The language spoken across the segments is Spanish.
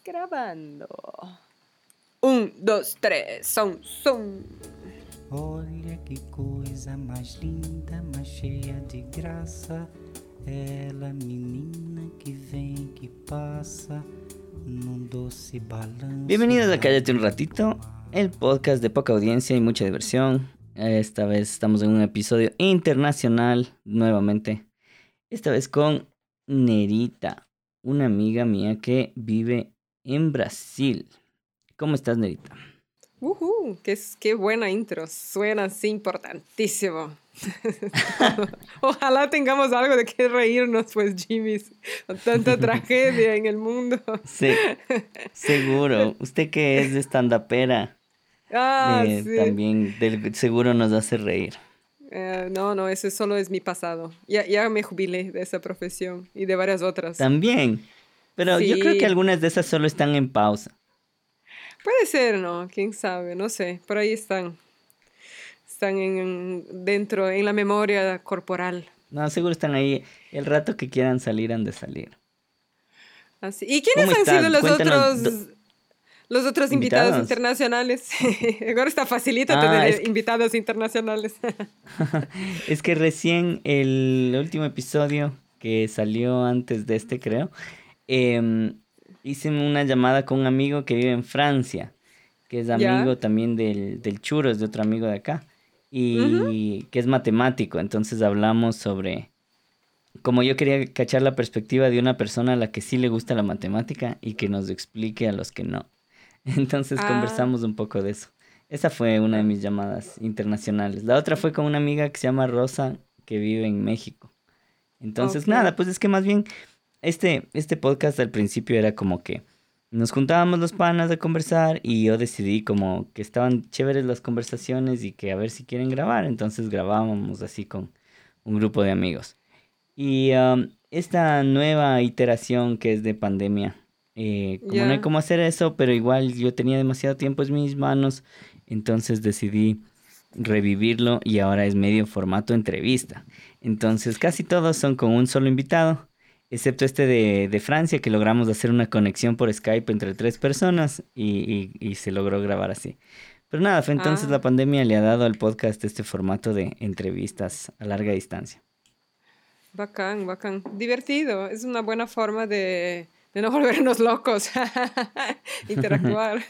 Grabando. 1, 2, 3, som. Olha que coisa mais linda, mais cheia de graça. Ela, menina que vem, que pasa, num doce balanço. Bienvenidos a Cállate un Ratito, el podcast de poca audiencia y mucha diversión. Esta vez estamos en un episodio internacional, nuevamente. Esta vez con Nerita, una amiga mía que vive en Brasil. ¿Cómo estás, Nerita? Qué buena intro. Suena así importantísimo. Ojalá tengamos algo de qué reírnos, pues, Jimmy, con tanta tragedia en el mundo. Sí, seguro. Usted que es de stand-upera, Sí. también seguro nos hace reír. No, eso solo es mi pasado. Ya me jubilé de esa profesión y de varias otras. También, pero Sí. yo creo que algunas de esas solo están en pausa. Puede ser, ¿no? ¿Quién sabe? No sé. Por ahí están. Están dentro, en la memoria corporal. No, seguro están ahí. El rato que quieran salir, han de salir. Así. ¿Y quiénes ¿Cómo han estás? sido Cuéntanos, los otros invitados ¿invitados? internacionales? Ahora está facilito Ah, tener es que- invitados internacionales. Es que recién el último episodio que salió antes de este, creo, hice una llamada con un amigo que vive en Francia, que es ¿Ya? amigo también del Churros, de otro amigo de acá, y que es matemático. Entonces hablamos sobre, como yo quería cachar la perspectiva de una persona a la que sí le gusta la matemática y que nos explique a los que no. Entonces conversamos un poco de eso. Esa fue una de mis llamadas internacionales. La otra fue con una amiga que se llama Rosa, que vive en México. Entonces, Ok. nada, pues es que más bien este podcast al principio era como que nos juntábamos los panas a conversar y yo decidí como que estaban chéveres las conversaciones y que a ver si quieren grabar. Entonces grabábamos así con un grupo de amigos. Y esta nueva iteración que es de pandemia, como no hay Ya. cómo hacer eso, pero igual yo tenía demasiado tiempo en mis manos, entonces decidí revivirlo y ahora es medio formato entrevista. Entonces casi todos son con un solo invitado, excepto este de Francia, que logramos hacer una conexión por Skype entre 3 personas y se logró grabar así. Pero nada, fue entonces la pandemia le ha dado al podcast este formato de entrevistas a larga distancia. Bacán. Divertido. Es una buena forma de no volvernos locos. Interactuar.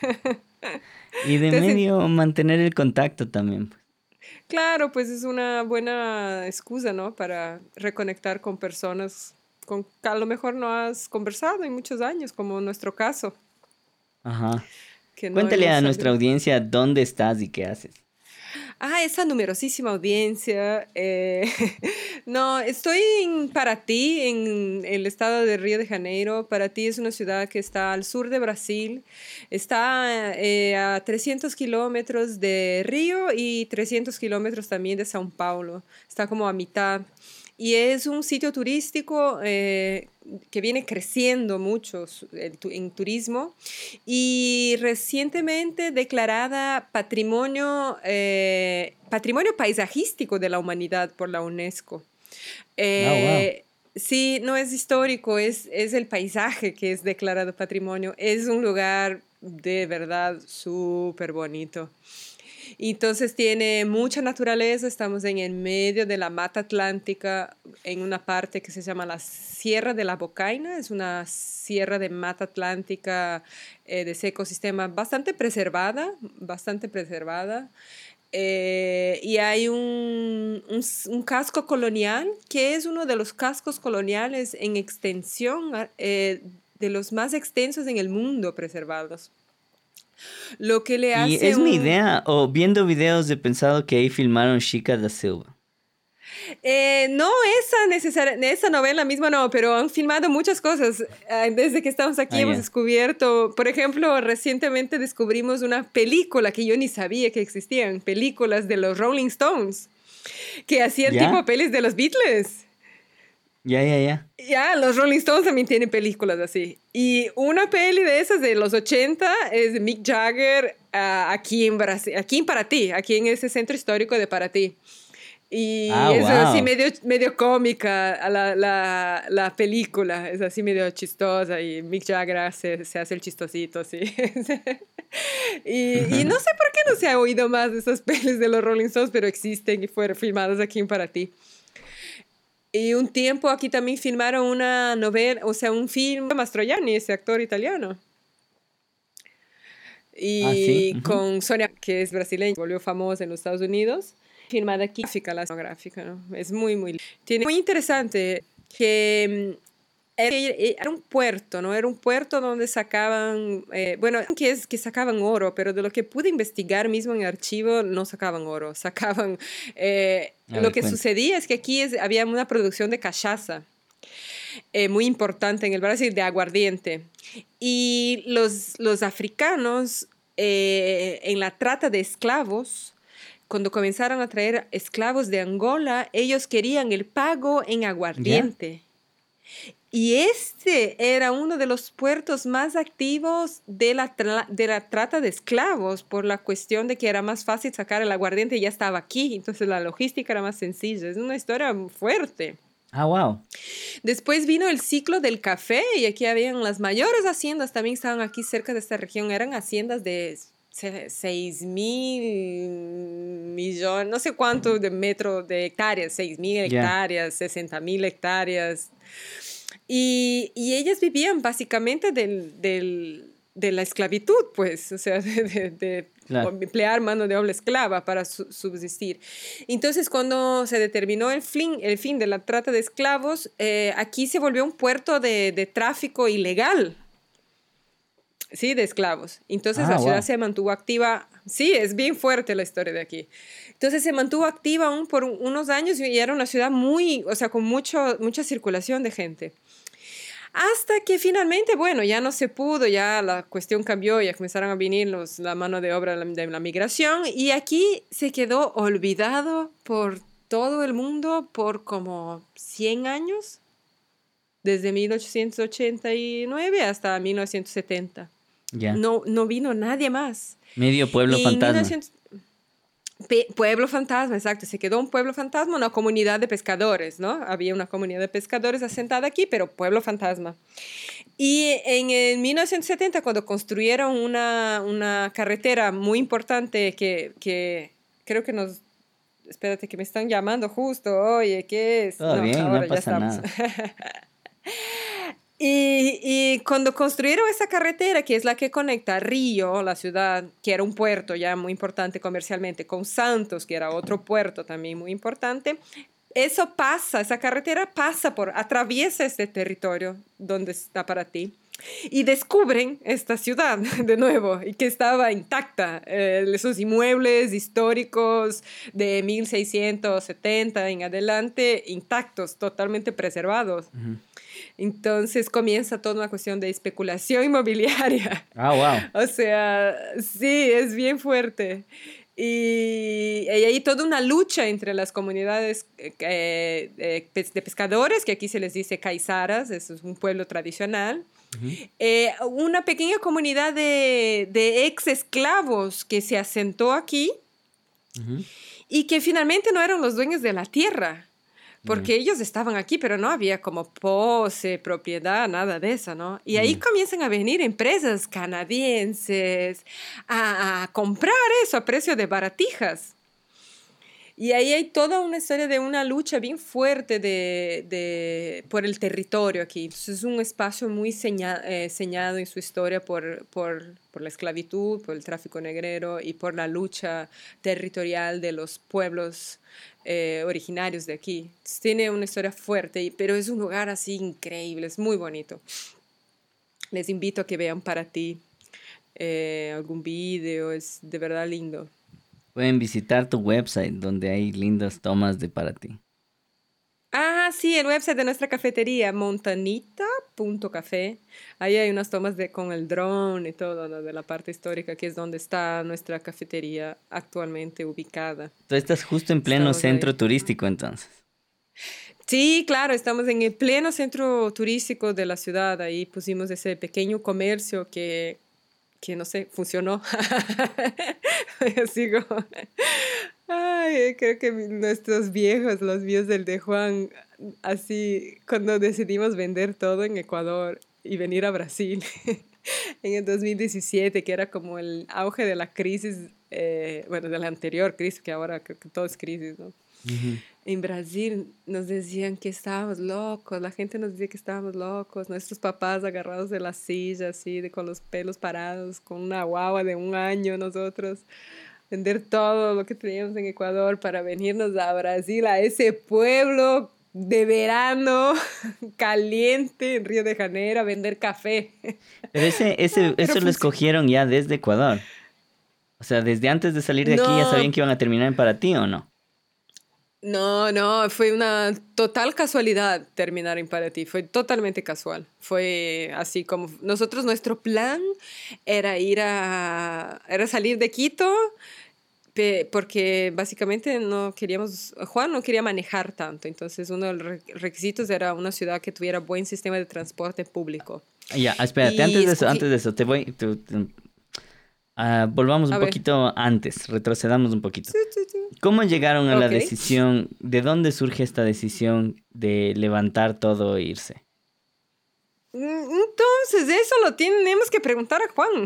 Y de Te hacen- medio mantener el contacto también. Claro, pues es una buena excusa, ¿no? Para reconectar con personas con que a lo mejor no has conversado en muchos años, como en nuestro caso, Ajá. que no Cuéntale hemos a nuestra salido. audiencia dónde estás y qué haces. Esa numerosísima audiencia. No, estoy en Paraty, en el estado de Río de Janeiro. Paraty es una ciudad que está al sur de Brasil. Está a 300 kilómetros de Río y 300 kilómetros también de São Paulo. Está como a mitad. Y es un sitio turístico que viene creciendo mucho en turismo y recientemente declarada patrimonio paisajístico de la humanidad por la UNESCO. Wow. Sí, no es histórico, es el paisaje que es declarado patrimonio. Es un lugar de verdad súper bonito. Entonces tiene mucha naturaleza, estamos en el medio de la Mata Atlántica, en una parte que se llama la Sierra de la Bocaina, es una sierra de Mata Atlántica de ese ecosistema bastante preservada. Y hay un casco colonial que es uno de los cascos coloniales en extensión, de los más extensos en el mundo preservados. Lo que le Y hace es mi idea, o viendo videos he pensado que ahí filmaron Chica da Silva. No esa novela misma no, pero han filmado muchas cosas. Desde que estamos aquí hemos Ya. descubierto, por ejemplo, recientemente descubrimos una película que yo ni sabía que existían, películas de los Rolling Stones, que hacían ¿Ya? tipo pelis de los Beatles. Ya. Ya, los Rolling Stones también tienen películas así. Y una peli de esas de los 80 es de Mick Jagger aquí en Brasil, aquí en Paraty, aquí en ese centro histórico de Paraty. Y Ah, es así wow. medio cómica la película, es así medio chistosa y Mick Jagger se hace el chistosito, sí. Y no sé por qué no se ha oído más de esas pelis de los Rolling Stones, pero existen y fueron filmadas aquí en Paraty. Y un tiempo aquí también filmaron una novela, o sea, un film de Mastroianni, ese actor italiano. Ah, sí. Y Ujú. con Sonia, que es brasileña, volvió famosa en los Estados Unidos. Filmada aquí, la escenográfica, ¿no? Es muy, tiene muy interesante que era un puerto, ¿no? Era un puerto donde sacaban, bueno, que sacaban oro, pero de lo que pude investigar mismo en archivo, no sacaban oro, sacaban, A lo ver, que cuenta. sucedía es que aquí había una producción de cachaza muy importante en el Brasil, de aguardiente. Y los africanos, en la trata de esclavos, cuando comenzaron a traer esclavos de Angola, ellos querían el pago en ¿Ya? aguardiente. Y este era uno de los puertos más activos de la trata de esclavos, por la cuestión de que era más fácil sacar el aguardiente y ya estaba aquí, entonces la logística era más sencilla. Es una historia fuerte. Ah, wow. Después vino el ciclo del café y aquí habían las mayores haciendas, también estaban aquí cerca de esta región, eran haciendas de 6.000 millones, no sé cuánto de metro de hectáreas, 6.000 Ya. hectáreas, 60.000 hectáreas. Y ellas vivían básicamente de la esclavitud, pues, o sea, de Claro. emplear mano de obra esclava para subsistir. Entonces, cuando se determinó el fin de la trata de esclavos, aquí se volvió un puerto de tráfico ilegal, sí, de esclavos. Entonces, la Ah, ciudad wow. se mantuvo activa. Sí, es bien fuerte la historia de aquí. Entonces, se mantuvo activa aún por unos años y era una ciudad muy, o sea, con mucha circulación de gente. Hasta que finalmente, bueno, ya no se pudo, ya la cuestión cambió, ya comenzaron a venir la mano de obra de la migración y aquí se quedó olvidado por todo el mundo por como 100 años, desde 1889 hasta 1970. Ya. No vino nadie más. Medio pueblo Y en fantasma. 1900, pueblo fantasma, exacto. Se quedó un pueblo fantasma, una comunidad de pescadores, ¿no? Había una comunidad de pescadores asentada aquí, pero pueblo fantasma. Y en el 1970, cuando construyeron una carretera muy importante que creo que nos... Espérate, que me están llamando justo. Oye, ¿qué es? Todo No, bien, no ahora ya pasa estamos. nada. Y cuando construyeron esa carretera, que es la que conecta Río, la ciudad, que era un puerto ya muy importante comercialmente, con Santos, que era otro puerto también muy importante, esa carretera atraviesa este territorio donde está Paraty. Y descubren esta ciudad de nuevo y que estaba intacta. Esos inmuebles históricos de 1670 en adelante, intactos, totalmente preservados. Ujú. Entonces comienza toda una cuestión de especulación inmobiliaria. Ah, wow. O sea, sí, es bien fuerte. Y hay toda una lucha entre las comunidades de pescadores, que aquí se les dice caizaras, eso es un pueblo tradicional. Ujú. Una pequeña comunidad de ex esclavos que se asentó aquí Ujú. y que finalmente no eran los dueños de la tierra, Ya. porque ellos estaban aquí, pero no había como pose, propiedad, nada de eso, ¿no? Y ahí Ya. comienzan a venir empresas canadienses a comprar eso a precio de baratijas. Y ahí hay toda una historia de una lucha bien fuerte por el territorio aquí. Entonces es un espacio muy señado en su historia por la esclavitud, por el tráfico negrero y por la lucha territorial de los pueblos originarios de aquí. Entonces, tiene una historia fuerte, pero es un lugar así increíble, es muy bonito. Les invito a que vean Paraty algún video, es de verdad lindo. Pueden visitar tu website donde hay lindas tomas de Paraty. Ah, sí, el website de nuestra cafetería, montanita.café. Ahí hay unas tomas con el dron y todo, ¿no? De la parte histórica, que es donde está nuestra cafetería actualmente ubicada. Tú estás justo en pleno Estamos ahí. centro turístico entonces. Sí, claro, estamos en el pleno centro turístico de la ciudad. Ahí pusimos ese pequeño comercio que no sé, funcionó. Así como... Ay, Creo que nuestros viejos, los míos del de Juan, así, cuando decidimos vender todo en Ecuador y venir a Brasil en el 2017, que era como el auge de la crisis, bueno, de la anterior crisis, que ahora creo que todo es crisis, ¿no? Ujú. En Brasil nos decían que estábamos locos, la gente nos decía que estábamos locos, nuestros papás agarrados de la silla, así, con los pelos parados, con una guagua de 1 año, nosotros vender todo lo que teníamos en Ecuador para venirnos a Brasil, a ese pueblo de verano caliente en Río de Janeiro, a vender café. Pero Pero eso lo funcionó. escogieron ya desde Ecuador. O sea, desde antes de salir de aquí ya sabían No, que iban a terminar en Paraty, ¿o no? no, fue una total casualidad terminar en Paraty, fue totalmente casual. Fue así como nosotros, nuestro plan era salir de Quito, porque básicamente no queríamos, Juan no quería manejar tanto, entonces uno de los requisitos era una ciudad que tuviera buen sistema de transporte público. Ya, espérate, Y escogí, antes de eso, volvamos un a ver, poquito antes, retrocedamos un poquito. ¿Cómo llegaron a la ok. decisión? ¿De dónde surge esta decisión de levantar todo e irse? Entonces, eso lo tenemos que preguntar a Juan.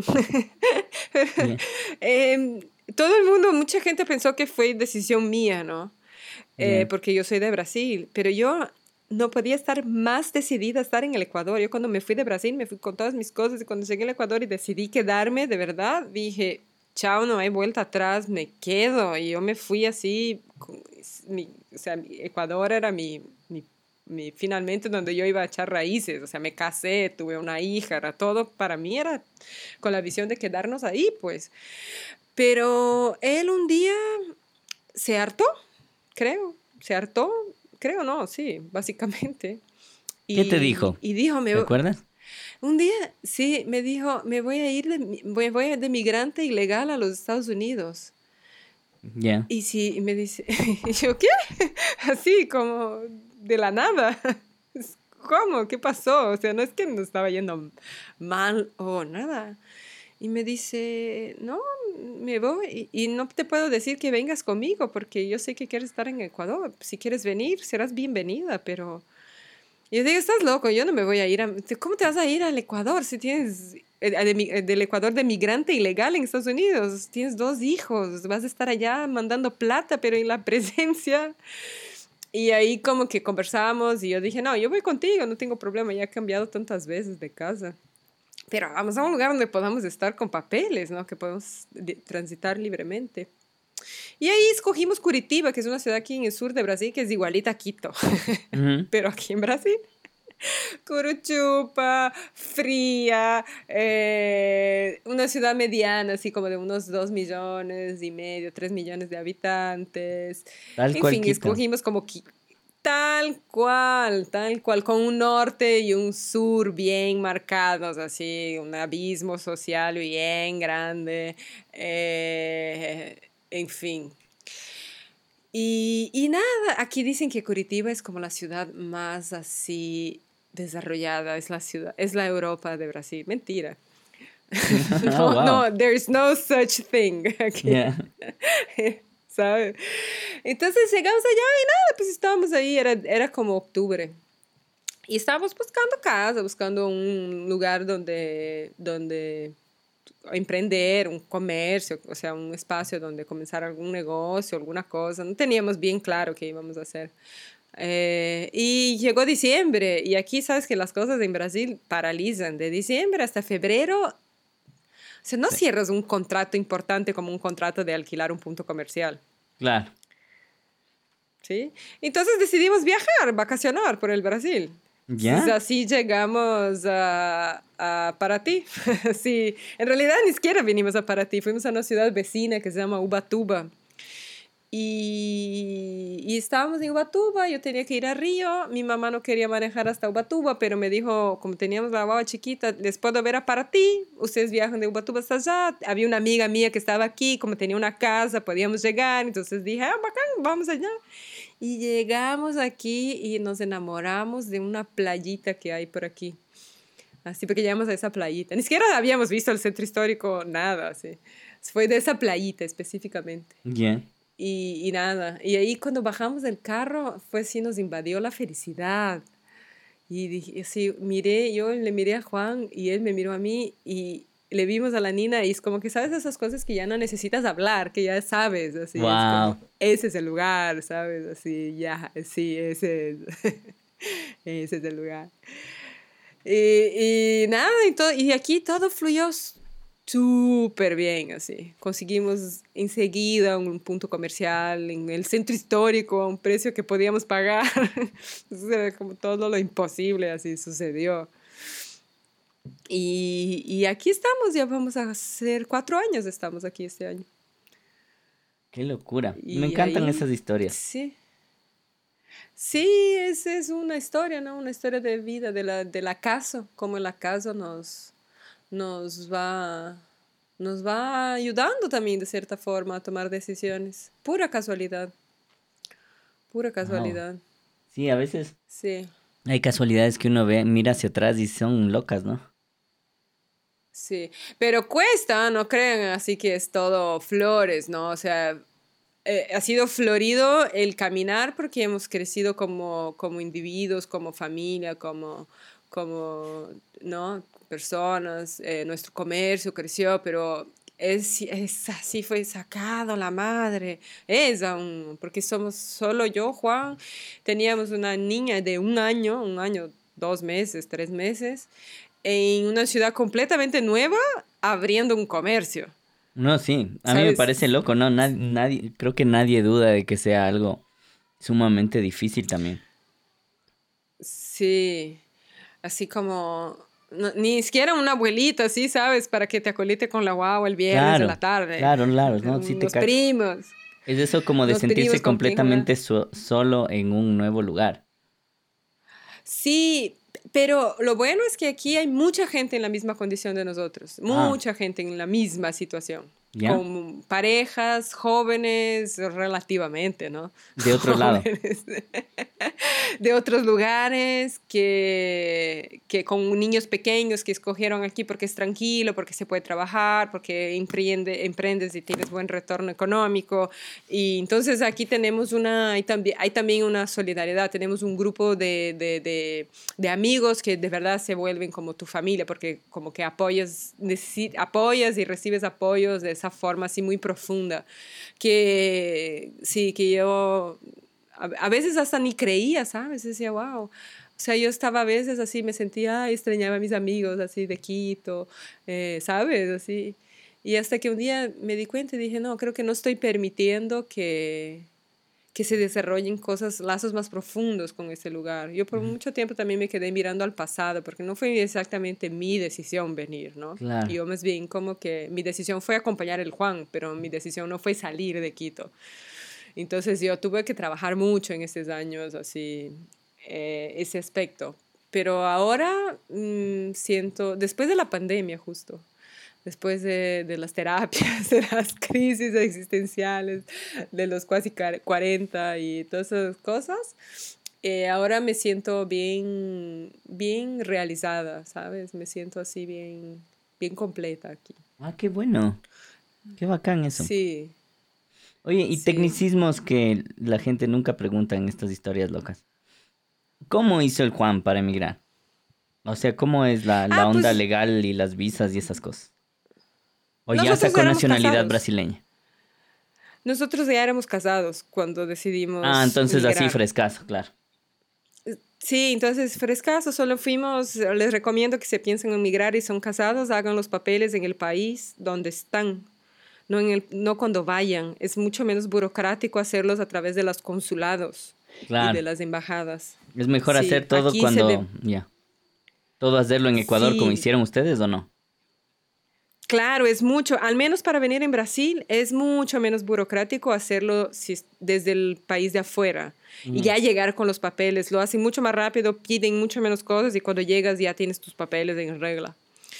Ya, Em, Todo el mundo, mucha gente pensó que fue decisión mía, ¿no? ya. Porque yo soy de Brasil, pero yo no podía estar más decidida a estar en el Ecuador. Yo cuando me fui de Brasil, me fui con todas mis cosas y cuando llegué al Ecuador y decidí quedarme, de verdad, dije, chao, no hay vuelta atrás, me quedo. Y yo me fui así, o sea, Ecuador era finalmente donde yo iba a echar raíces. O sea, me casé, tuve una hija, era todo, para mí era con la visión de quedarnos ahí, pues. Pero él un día se hartó, creo, se hartó, creo, no, sí, básicamente. ¿Qué te dijo? Y dijo, ¿Te acuerdas? un día, sí, me dijo, me voy a ir voy de migrante ilegal a los Estados Unidos. Ya. Y sí, y me dice, y yo, ¿qué? Así como de la nada. ¿Cómo? ¿Qué pasó? O sea, no es que nos estaba yendo mal o nada. Y me dice, no, me voy y no te puedo decir que vengas conmigo porque yo sé que quieres estar en Ecuador. Si quieres venir, serás bienvenida, pero... Y yo digo, estás loco, yo no me voy a ir a... ¿Cómo te vas a ir al Ecuador si tienes... del Ecuador de migrante ilegal en Estados Unidos? Tienes 2 hijos, vas a estar allá mandando plata, pero en la presencia... Y ahí como que conversamos y yo dije, no, yo voy contigo, no tengo problema, ya he cambiado tantas veces de casa. Pero vamos a un lugar donde podamos estar con papeles, ¿no? Que podemos transitar libremente. Y ahí escogimos Curitiba, que es una ciudad aquí en el sur de Brasil, que es igualita a Quito, Ujú. pero aquí en Brasil. Curuchupa, fría, una ciudad mediana, así como de unos 2,5 millones, 3 millones de habitantes. Tal En cual fin, Quito. escogimos como tal cual, con un norte y un sur bien marcados, así, un abismo social bien grande, en fin. Y nada, aquí dicen que Curitiba es como la ciudad más así desarrollada, es la Europa de Brasil. Mentira. Oh, No, wow. no, there's no such thing aquí. Ya. ¿Sabes? Entonces llegamos allá y nada, pues estábamos ahí, era como octubre. Y estábamos buscando casa, buscando un lugar donde emprender, un comercio, o sea, un espacio donde comenzar algún negocio, alguna cosa. No teníamos bien claro qué íbamos a hacer. Y llegó diciembre y aquí sabes que las cosas en Brasil paralizan. De diciembre hasta febrero, o sea, no Sí, cierras un contrato importante como un contrato de alquilar un punto comercial. claro. ¿Sí? Entonces decidimos viajar, vacacionar por el Brasil. Entonces ¿Ya? así llegamos a Paraty. Sí, en realidad ni siquiera vinimos a Paraty, fuimos a una ciudad vecina que se llama Ubatuba. Y estábamos en Ubatuba, yo tenía que ir a Río, mi mamá no quería manejar hasta Ubatuba, pero me dijo, como teníamos la guagua chiquita, les puedo ver a Paraty, ustedes viajan de Ubatuba hasta allá. Había una amiga mía que estaba aquí, como tenía una casa, podíamos llegar, entonces dije, ah, bacán, vamos allá. Y llegamos aquí y nos enamoramos de una playita que hay por aquí. Así, porque llegamos a esa playita. Ni siquiera habíamos visto el centro histórico, nada, así. Fue de esa playita específicamente. Ya. y nada. Y ahí cuando bajamos del carro, fue así, nos invadió la felicidad. Y dije, así, yo le miré a Juan y él me miró a mí y le vimos a la Nina y es como que sabes esas cosas que ya no necesitas hablar, que ya sabes, así, es como, Wow. ese es el lugar, ¿sabes? Así, ya, sí, ese es, ese es el lugar. Y nada, y aquí todo fluyó súper bien, así. Conseguimos enseguida un punto comercial en el centro histórico a un precio que podíamos pagar. Entonces era como todo lo imposible, así sucedió. Y aquí estamos, ya vamos a hacer 4 años, estamos aquí este año. Qué locura. Me Y encantan ahí, esas historias. sí. Sí, es una historia, ¿no? Una historia de vida, del acaso, como el acaso nos va, nos va ayudando también de cierta forma a tomar decisiones. Pura Wow. casualidad. Sí, a veces Sí, hay casualidades que uno ve, mira hacia atrás y son locas, ¿no? sí. Pero cuesta, no crean así que es todo flores, ¿no? O sea, ha sido florido el caminar porque hemos crecido como individuos, como familia, ¿no? Personas, nuestro comercio creció, pero es así, fue sacado la madre. Es aún, porque somos solo yo, Juan. Teníamos una niña de 1 año, 2 meses, 3 meses, en una ciudad completamente nueva, abriendo un comercio. No, sí, a mí me parece ¿Sabes? loco, ¿no? Nadie, creo que nadie duda de que sea algo sumamente difícil también. Sí, así como, ni siquiera una abuelita, ¿sí? ¿Sabes? Para que te acolite con la guagua el viernes en la Claro, tarde. claro, claro, no, sí te cacho. Es eso como de Unos sentirse primos con quien jugar. completamente solo en un nuevo lugar. Sí, pero lo bueno es que aquí hay mucha gente en la misma condición de nosotros, Ah, mucha gente en la misma situación, ¿ya? con parejas jóvenes relativamente, ¿no? De otro lado. Jóvenes de otros lugares que con niños pequeños que escogieron aquí porque es tranquilo, porque se puede trabajar, porque emprendes y tienes buen retorno económico. Y entonces aquí tenemos hay también una solidaridad, tenemos un grupo de amigos que de verdad se vuelven como tu familia, porque como que apoyas y recibes apoyos de esa forma así muy profunda, que sí, que yo a veces hasta ni creía, ¿sabes? Decía, wow. O sea, yo estaba a veces así, me sentía, ay, extrañaba a mis amigos así de Quito, ¿sabes? Así. Y hasta que un día me di cuenta y dije, no, creo que no estoy permitiendo que se desarrollen lazos más profundos con ese lugar. Yo por Ujú. mucho tiempo también me quedé mirando al pasado, porque no fue exactamente mi decisión venir, ¿no? Claro. Yo más bien como que mi decisión fue acompañar el Juan, pero mi decisión no fue salir de Quito. Entonces yo tuve que trabajar mucho en estos años, así, ese aspecto. Pero ahora siento, después de la pandemia justo, después de las terapias, de las crisis existenciales, de los casi 40 y todas esas cosas, ahora me siento bien realizada, ¿sabes? Me siento así bien completa aquí. Ah, qué bueno. Qué bacán eso. Sí, Oye, y sí. tecnicismos que la gente nunca pregunta en estas historias locas. ¿Cómo hizo el Juan para emigrar? O sea, ¿cómo es la Ah, onda pues legal y las visas y esas cosas? O ya nosotros sacó éramos nacionalidad casados. brasileña. Nosotros ya éramos casados cuando Ah, decidimos entonces así migrar. frescazo, claro. Sí, entonces frescaso, solo fuimos, les recomiendo que se piensen en migrar y son casados, hagan los papeles en el país donde están, no cuando vayan. Es mucho menos burocrático hacerlos a través de los consulados y de Claro. las embajadas. Es mejor hacer Sí, todo aquí se cuando, de... ya. Todo hacerlo en Ecuador como Sí, hicieron ustedes o no. claro, es mucho, al menos para venir en Brasil, es mucho menos burocrático hacerlo desde el país de afuera y Ujú. ya llegar con los papeles. Lo hacen mucho más rápido, piden mucho menos cosas y cuando llegas ya tienes tus papeles en regla.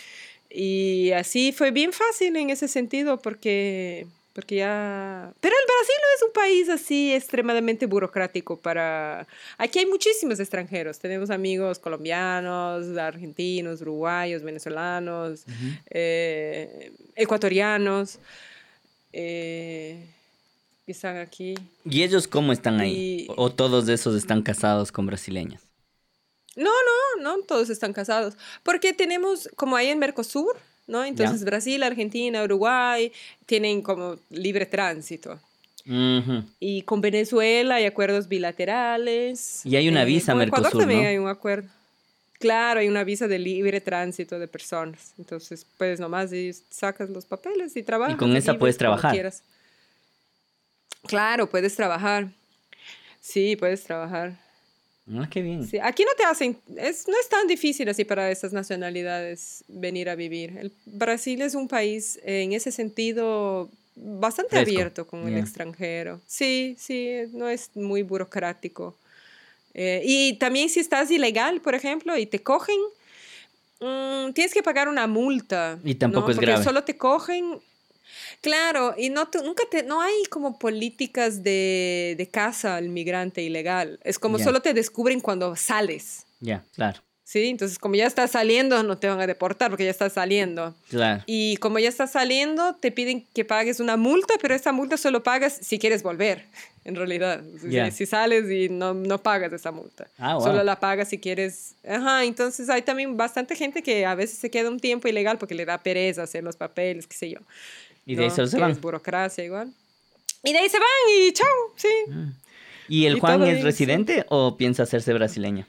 Y así fue bien fácil en ese sentido porque ya... Pero el Brasil no es un país así extremadamente burocrático para... Aquí hay muchísimos extranjeros. Tenemos amigos colombianos, argentinos, uruguayos, venezolanos, Ujú. ecuatorianos. eh, que están aquí. ¿Y ellos cómo están ahí? Y- ¿O todos esos están casados con brasileños? No todos están casados, porque tenemos, como hay en Mercosur, ¿no? Entonces Ya. Brasil, Argentina, Uruguay tienen como libre tránsito. Ujú. Y con Venezuela hay acuerdos bilaterales. Y hay una visa con Ecuador Mercosur, también ¿no? hay un acuerdo. Claro, hay una visa de libre tránsito de personas. Entonces, pues nomás sacas los papeles y trabajas. Y con esa vives puedes como trabajar. quieras. Claro, puedes trabajar. Sí, puedes trabajar. Ah, qué bien. Sí, aquí no te hacen, no es tan difícil así para esas nacionalidades venir a vivir. Brasil es un país en ese sentido bastante Fresco. abierto con el Ya. extranjero. Sí, no es muy burocrático. Y también si estás ilegal, por ejemplo, y te cogen, tienes que pagar una multa. Y tampoco ¿no? es Porque grave. solo te cogen. Claro, y no hay como políticas de casa al migrante ilegal. Es como Ya. solo te descubren cuando sales. Ya, claro. ¿Sí? Entonces, como ya estás saliendo, no te van a deportar porque ya estás saliendo. Claro. Y como ya estás saliendo, te piden que pagues una multa, pero esa multa solo pagas si quieres volver, en realidad. Ya. Si sales y no pagas esa multa. Ah, wow. Solo la pagas si quieres. Ajá, entonces hay también bastante gente que a veces se queda un tiempo ilegal porque le da pereza hacer los papeles, qué sé yo. Y de ahí solo se Que van. es burocracia igual. Y de ahí se van y chao, sí. ¿Y el Y Juan todo es bien, residente o piensa hacerse brasileño?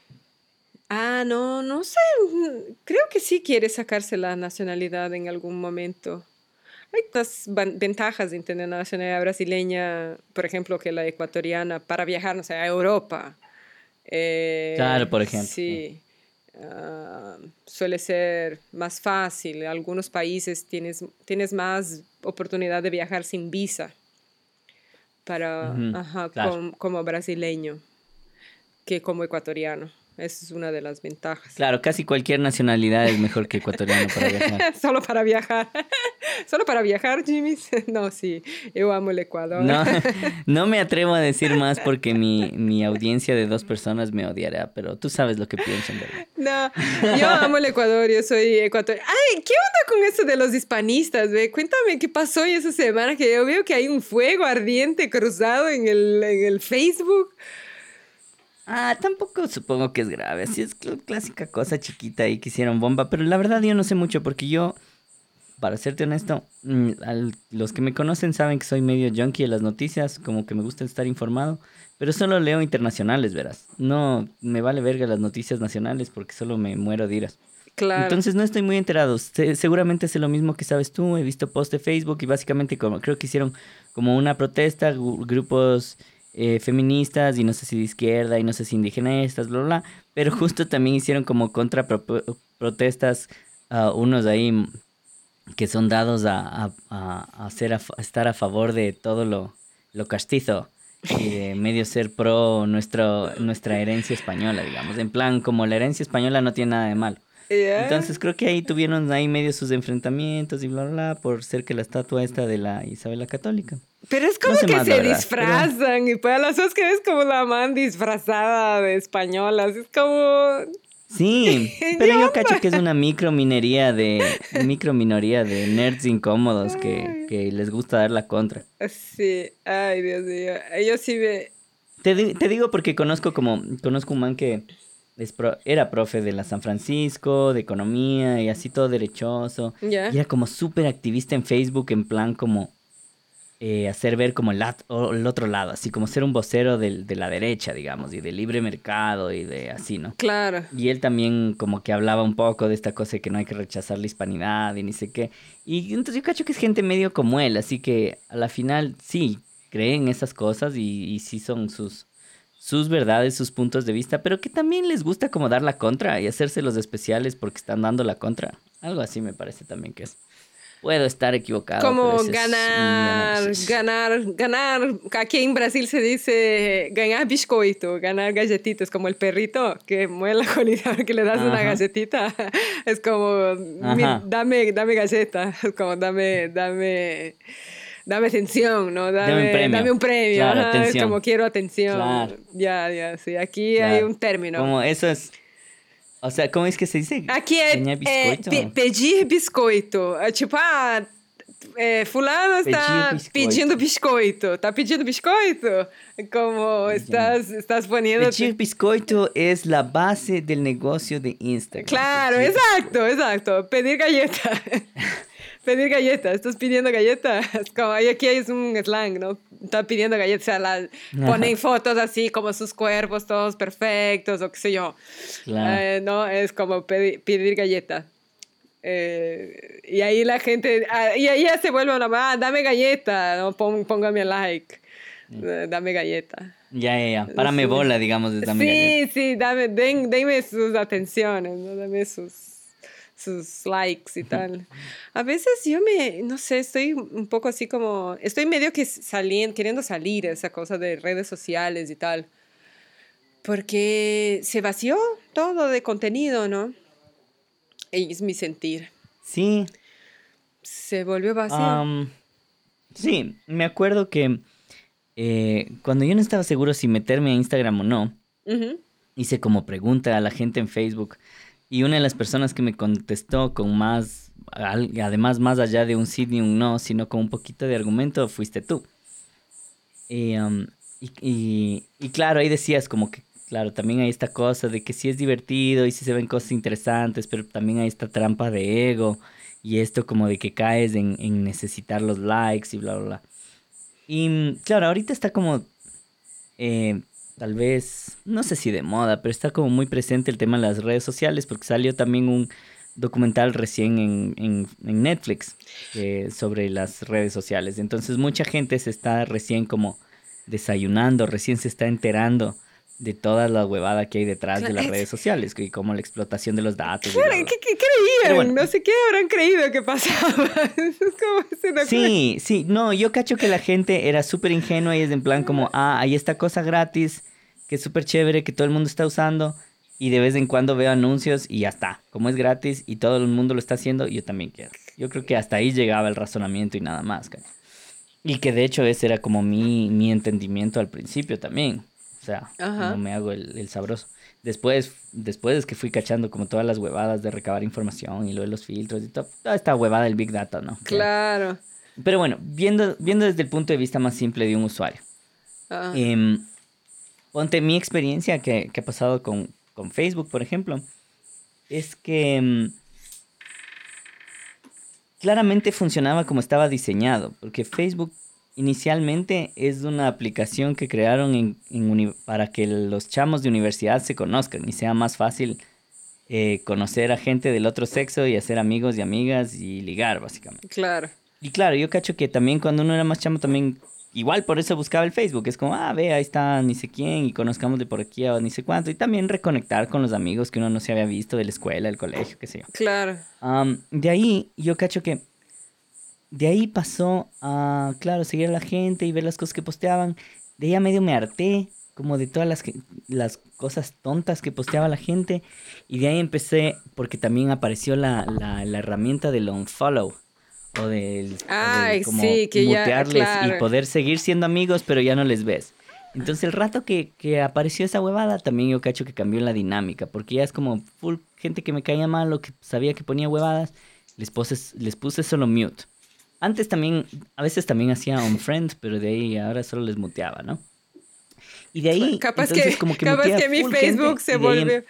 No sé. Creo que sí quiere sacarse la nacionalidad en algún momento. Hay otras ventajas de tener una nacionalidad brasileña, por ejemplo, que la ecuatoriana, para viajar, no sé, a Europa. Claro, por ejemplo. Sí. Suele ser más fácil. En algunos países tienes más oportunidad de viajar sin visa para, Ujú, claro. como brasileño que como ecuatoriano. Esa es una de las ventajas. Claro, casi cualquier nacionalidad es mejor que ecuatoriano para viajar. Solo para viajar. Solo para viajar, Jimmy. No, sí, yo amo el Ecuador. No, no me atrevo a decir más porque mi audiencia de 2 personas me odiará, pero tú sabes lo que pienso, en verdad. No, yo amo el Ecuador, yo soy ecuatoriana. Ay, ¿qué onda con eso de los hispanistas, ve? Cuéntame qué pasó hoy esa semana, que yo veo que hay un fuego ardiente cruzado en el Facebook. Tampoco supongo que es grave, así es clásica cosa chiquita y que hicieron bomba, pero la verdad yo no sé mucho porque yo, para serte honesto, los que me conocen saben que soy medio junkie de las noticias, como que me gusta estar informado, pero solo leo internacionales, verás. No me vale verga las noticias nacionales porque solo me muero de iras. Claro. Entonces no estoy muy enterado. Seguramente sé lo mismo que sabes tú. He visto post de Facebook y básicamente creo que hicieron como una protesta, grupos feministas y no sé si de izquierda y no sé si indigenistas, bla, bla, bla. Pero justo también hicieron como protestas unos ahí que son dados a estar a favor de todo lo castizo y de medio ser pro nuestra herencia española, digamos. En plan, como la herencia española no tiene nada de malo. Yeah. Entonces creo que ahí tuvieron ahí medio sus enfrentamientos y bla, bla, bla, por ser que la estatua esta de la Isabel la Católica. Pero es como No sé que más, la se verdad, disfrazan y para las cosas que es como la man disfrazada de españolas. Es como... Sí, pero yo cacho que es una microminoría de nerds incómodos que les gusta dar la contra. Sí, ay, Dios mío. Ellos sí me... Te digo porque conozco un man que era profe de la San Francisco, de economía y así todo derechoso. Ya. Y era como súper activista en Facebook, en plan como hacer ver como el otro lado, así como ser un vocero de la derecha, digamos, y de libre mercado y de así, ¿no? Claro. Y él también como que hablaba un poco de esta cosa de que no hay que rechazar la hispanidad y ni sé qué. Y entonces yo cacho que es gente medio como él, así que a la final sí, creen esas cosas y sí son sus verdades, sus puntos de vista, pero que también les gusta como dar la contra y hacerse los especiales porque están dando la contra. Algo así me parece también que es. Puedo estar equivocado. Como pero ese es mi análisis. ganar. Aquí en Brasil se dice ganar biscoito, ganar galletitas, como el perrito que mueve la colita que le das una Ajá. galletita. Es como, Ajá. dame galleta, es como dame atención, ¿no? Dame un premio. Dame un premio. Claro, Ajá, es atención. como quiero atención. Claro. Ya, sí. Aquí Claro. hay un término. Como eso es. O sea, ¿cómo es que se dice? Aqui é, Ganhar biscoito? pedir biscoito. É tipo, fulano está pedindo biscoito. Está pedindo biscoito. Como estás poniendo... Pedir biscoito es la base del negocio de Instagram. Claro, exacto. Pedir galleta. Pedir galleta. Estás pidiendo galletas. Como aquí es un slang, ¿no? Está pidiendo galletas. O sea, ponen fotos así como sus cuerpos todos perfectos o qué sé yo. Claro. No, es como pedir galleta. Y ahí la gente, y ahí ya se vuelve una más, dame galleta, ¿no? Póngame like, dame galleta. Ya. Párame bola, digamos, de dame galleta. Sí, denme sus atenciones, ¿no? Dame sus likes y tal. A veces no sé, estoy un poco así como, estoy medio que queriendo salir esa cosa de redes sociales y tal. Porque se vació todo de contenido, ¿no? Es mi sentir. Sí. Se volvió vacío. Sí, me acuerdo que cuando yo no estaba seguro si meterme a Instagram o no, hice como pregunta a la gente en Facebook y una de las personas que me contestó con más, además más allá de un sí ni un no, sino con un poquito de argumento, fuiste tú. Y claro, ahí decías como que claro, también hay esta cosa de que sí es divertido y sí se ven cosas interesantes, pero también hay esta trampa de ego y esto como de que caes en necesitar los likes y bla, bla, bla. Y claro, ahorita está como, tal vez, no sé si de moda, pero está como muy presente el tema de las redes sociales porque salió también un documental recién en Netflix sobre las redes sociales. Entonces mucha gente se está recién como desayunando, recién se está enterando de toda la huevada que hay detrás de las redes sociales, y como la explotación de los datos. Claro, ¿qué creían? Bueno, no sé qué habrán creído que pasaba. Es como sí, no, yo cacho que la gente era súper ingenua y es en plan como, hay esta cosa gratis, que es súper chévere, que todo el mundo está usando, y de vez en cuando veo anuncios y ya está. Como es gratis y todo el mundo lo está haciendo, yo también quiero. Yo creo que hasta ahí llegaba el razonamiento y nada más, cacho. Y que de hecho ese era como mi entendimiento al principio también. O sea, no me hago el sabroso. Después es que fui cachando como todas las huevadas de recabar información y lo de los filtros y toda esta huevada del Big Data, ¿no? Claro. Pero bueno, viendo desde el punto de vista más simple de un usuario. Ponte mi experiencia que ha pasado con Facebook, por ejemplo, es que claramente funcionaba como estaba diseñado, porque Facebook inicialmente es una aplicación que crearon para que los chamos de universidad se conozcan y sea más fácil conocer a gente del otro sexo y hacer amigos y amigas y ligar, básicamente. Claro. Y claro, yo cacho que también cuando uno era más chamo también, igual por eso buscaba el Facebook. Es como, ve, ahí está ni sé quién y conozcamos de por aquí o ni sé cuánto. Y también reconectar con los amigos que uno no se había visto de la escuela, del colegio, qué sé yo. Claro. De ahí, yo cacho que de ahí pasó a, claro, seguir a la gente y ver las cosas que posteaban. De ahí a medio me harté como de todas las cosas tontas que posteaba la gente. Y de ahí empecé, porque también apareció la herramienta del unfollow. O del como sí, que mutearles ya, claro. Y poder seguir siendo amigos, pero ya no les ves. Entonces el rato que apareció esa huevada, también yo cacho que cambió la dinámica. Porque ya es como full gente que me caía mal o que sabía que ponía huevadas. Les puse solo mute. Antes también, a veces también hacía unfriend, pero de ahí ahora solo les muteaba, ¿no? Y de ahí, capaz entonces que, como que capaz que mi Facebook se volvió...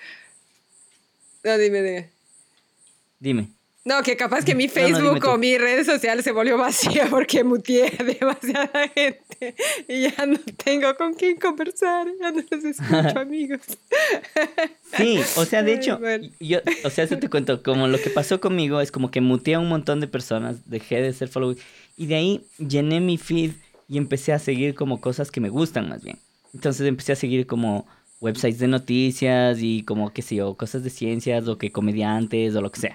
No, dime. Dime. No, que capaz que mi Facebook o mis redes sociales se volvió vacía porque muteé a demasiada gente y ya no tengo con quién conversar, ya no los escucho, amigos. Sí, o sea, de hecho, eso te cuento, como lo que pasó conmigo es como que muteé a un montón de personas, dejé de ser follow y de ahí llené mi feed y empecé a seguir como cosas que me gustan más bien. Entonces empecé a seguir como websites de noticias y como, qué sé yo, cosas de ciencias o que comediantes o lo que sea.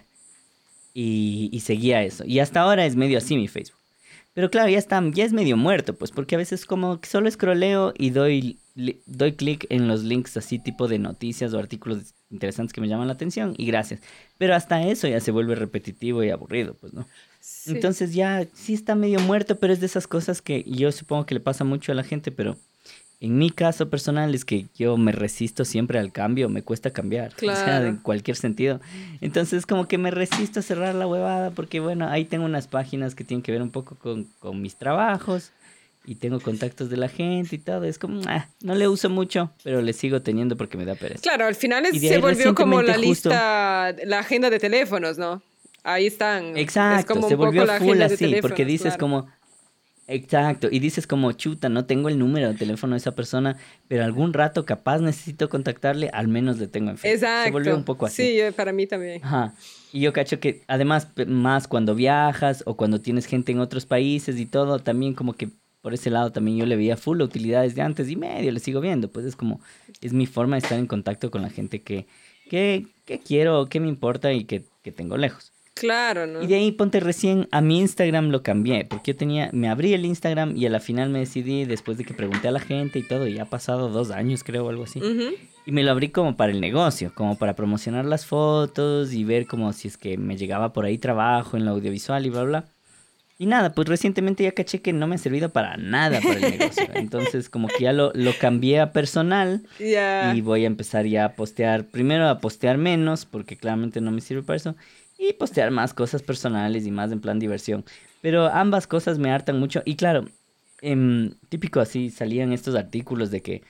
Y seguía eso. Y hasta ahora es medio así mi Facebook. Pero claro, ya es medio muerto, pues, porque a veces como que solo scrolleo y doy clic en los links así tipo de noticias o artículos interesantes que me llaman la atención y gracias. Pero hasta eso ya se vuelve repetitivo y aburrido, pues, ¿no? Sí. Entonces ya sí está medio muerto, pero es de esas cosas que yo supongo que le pasa mucho a la gente, pero En mi caso personal es que yo me resisto siempre al cambio, me cuesta cambiar, o sea, Claro. en cualquier sentido. Entonces como que me resisto a cerrar la huevada porque bueno, ahí tengo unas páginas que tienen que ver un poco con mis trabajos y tengo contactos de la gente y todo. Es como, no le uso mucho, pero le sigo teniendo porque me da pereza. Claro, al final Y de se ahí volvió como la recientemente justo, lista, la agenda de teléfonos, ¿no? Ahí están. Es exacto, como se un poco volvió la full agenda de así, porque teléfonos, dices claro. como, exacto, y dices como, chuta, no tengo el número de teléfono de esa persona, pero algún rato capaz necesito contactarle, al menos le tengo en Facebook. Se volvió un Exacto. poco así. Sí, para mí también. Ajá. Y yo cacho que además, más cuando viajas o cuando tienes gente en otros países y todo, también como que por ese lado también yo le veía full la utilidad desde antes y medio, le sigo viendo. Pues es como, es mi forma de estar en contacto con la gente que quiero, que me importa y que tengo lejos. Claro, Y ¿no? de ahí ponte recién a mi Instagram lo cambié, porque yo tenía, me abrí el Instagram y a la final me decidí, después de que pregunté a la gente y todo, y ha pasado 2 años creo o algo así, Ujú. y me lo abrí como para el negocio, como para promocionar las fotos y ver como si es que me llegaba por ahí trabajo en lo audiovisual y bla, bla. Y nada, pues recientemente ya caché que no me ha servido para nada para el negocio. Entonces como que ya lo cambié a personal y Ya. voy a empezar ya a postear, primero a postear menos, porque claramente no me sirve para eso, y postear más cosas personales y más en plan diversión. Pero ambas cosas me hartan mucho. Y claro, típico así salían estos artículos de que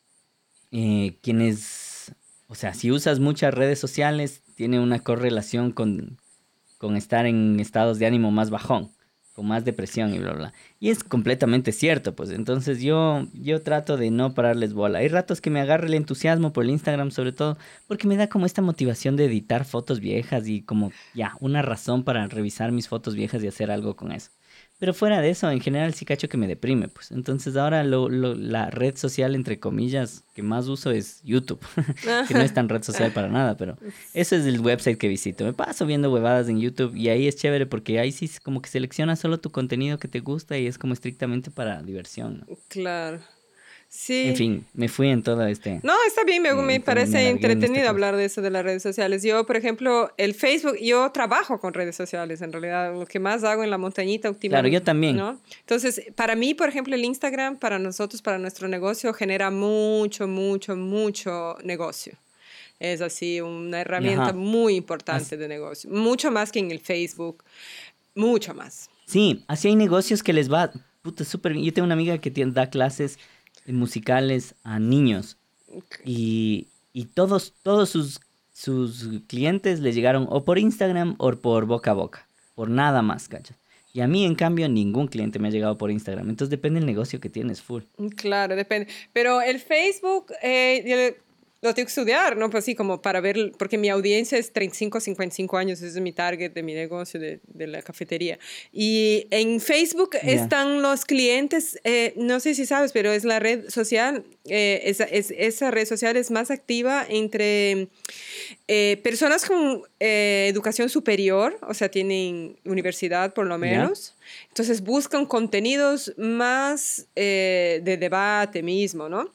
quienes, o sea, si usas muchas redes sociales, tiene una correlación con estar en estados de ánimo más bajón, con más depresión y bla, bla. Y es completamente cierto, pues. Entonces yo trato de no pararles bola. Hay ratos que me agarra el entusiasmo por el Instagram, sobre todo, porque me da como esta motivación de editar fotos viejas y como ya, una razón para revisar mis fotos viejas y hacer algo con eso. Pero fuera de eso, en general sí cacho que me deprime, pues. Entonces ahora la red social, entre comillas, que más uso es YouTube, que no es tan red social para nada, pero ese es el website que visito. Me paso viendo huevadas en YouTube y ahí es chévere porque ahí sí es como que seleccionas solo tu contenido que te gusta y es como estrictamente para diversión, ¿no? Claro. En Sí. fin, me fui en todo No, está bien, me parece alargué en esta entretenido cosa. hablar de eso de las redes sociales. Yo, por ejemplo, el Facebook, yo trabajo con redes sociales, en realidad, lo que más hago en la montañita Claro, últimamente, yo también. ¿no? Entonces, para mí, por ejemplo, el Instagram, para nosotros, para nuestro negocio, genera mucho, mucho, mucho negocio. Es así, una herramienta Ajá. muy As- importante de negocio, mucho más que en el Facebook, mucho más. sí, así hay negocios que les va, puta, súper bien. Yo tengo una amiga que da clases musicales a niños. Y todos sus clientes le llegaron o por Instagram o por boca a boca. Por nada más, ¿cachas? Y a mí, en cambio, ningún cliente me ha llegado por Instagram. Entonces depende del negocio que tienes, full. Claro, depende. Pero el Facebook, yo lo tengo que estudiar, ¿no? Pues sí, como para ver, porque mi audiencia es 35 a 55 años, ese es mi target de mi negocio, de la cafetería. Y en Facebook Ya. están los clientes, no sé si sabes, pero es la red social, esa red social es más activa entre personas con educación superior, o sea, tienen universidad por lo ¿Ya? menos. Entonces buscan contenidos más de debate mismo, ¿no?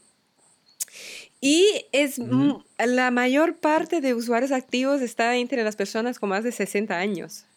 Y Ujú. la mayor parte de usuarios activos está entre las personas con más de 60 años.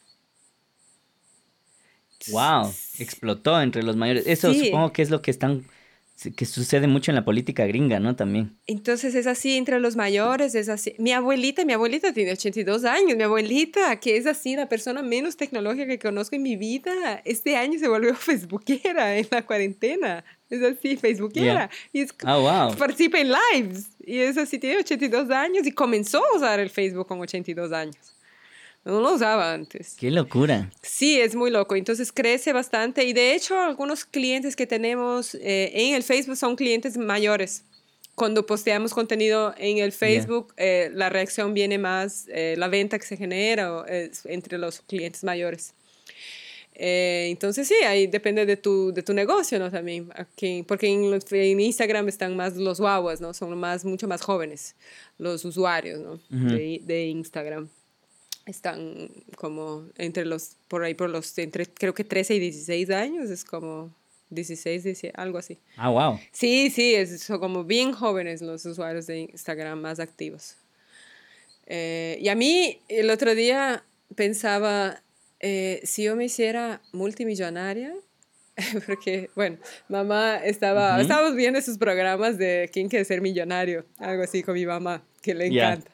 Wow, explotó entre los mayores. Eso Sí, supongo que es lo que que sucede mucho en la política gringa, ¿no? También. entonces es así entre los mayores, es así. Mi abuelita tiene 82 años, mi abuelita, que es así la persona menos tecnológica que conozco en mi vida, este año se volvió facebookera en la cuarentena. Es así, Ya. facebookera. Y Ah, wow. participa en lives. Y es así, tiene 82 años y comenzó a usar el Facebook con 82 años. No lo usaba antes. Qué locura. Sí, es muy loco. Entonces crece bastante y de hecho algunos clientes que tenemos en el Facebook son clientes mayores. Cuando posteamos contenido en el Ya. Facebook, la reacción viene más, la venta que se genera entre los clientes mayores. Entonces sí, ahí depende de tu negocio, ¿no? También, aquí, porque en Instagram están más los guaguas, ¿no? Son mucho más jóvenes los usuarios, ¿no? Ujú. De Instagram están como entre los, por ahí, entre creo que 13 y 16 años, es como 16 17, algo así. Ah, wow. Sí, sí, son como bien jóvenes los usuarios de Instagram más activos. Y a mí el otro día pensaba, si yo me hiciera multimillonaria, porque, bueno, mamá estábamos viendo esos programas de ¿Quién quiere ser millonario? Algo así con mi mamá, que le encanta.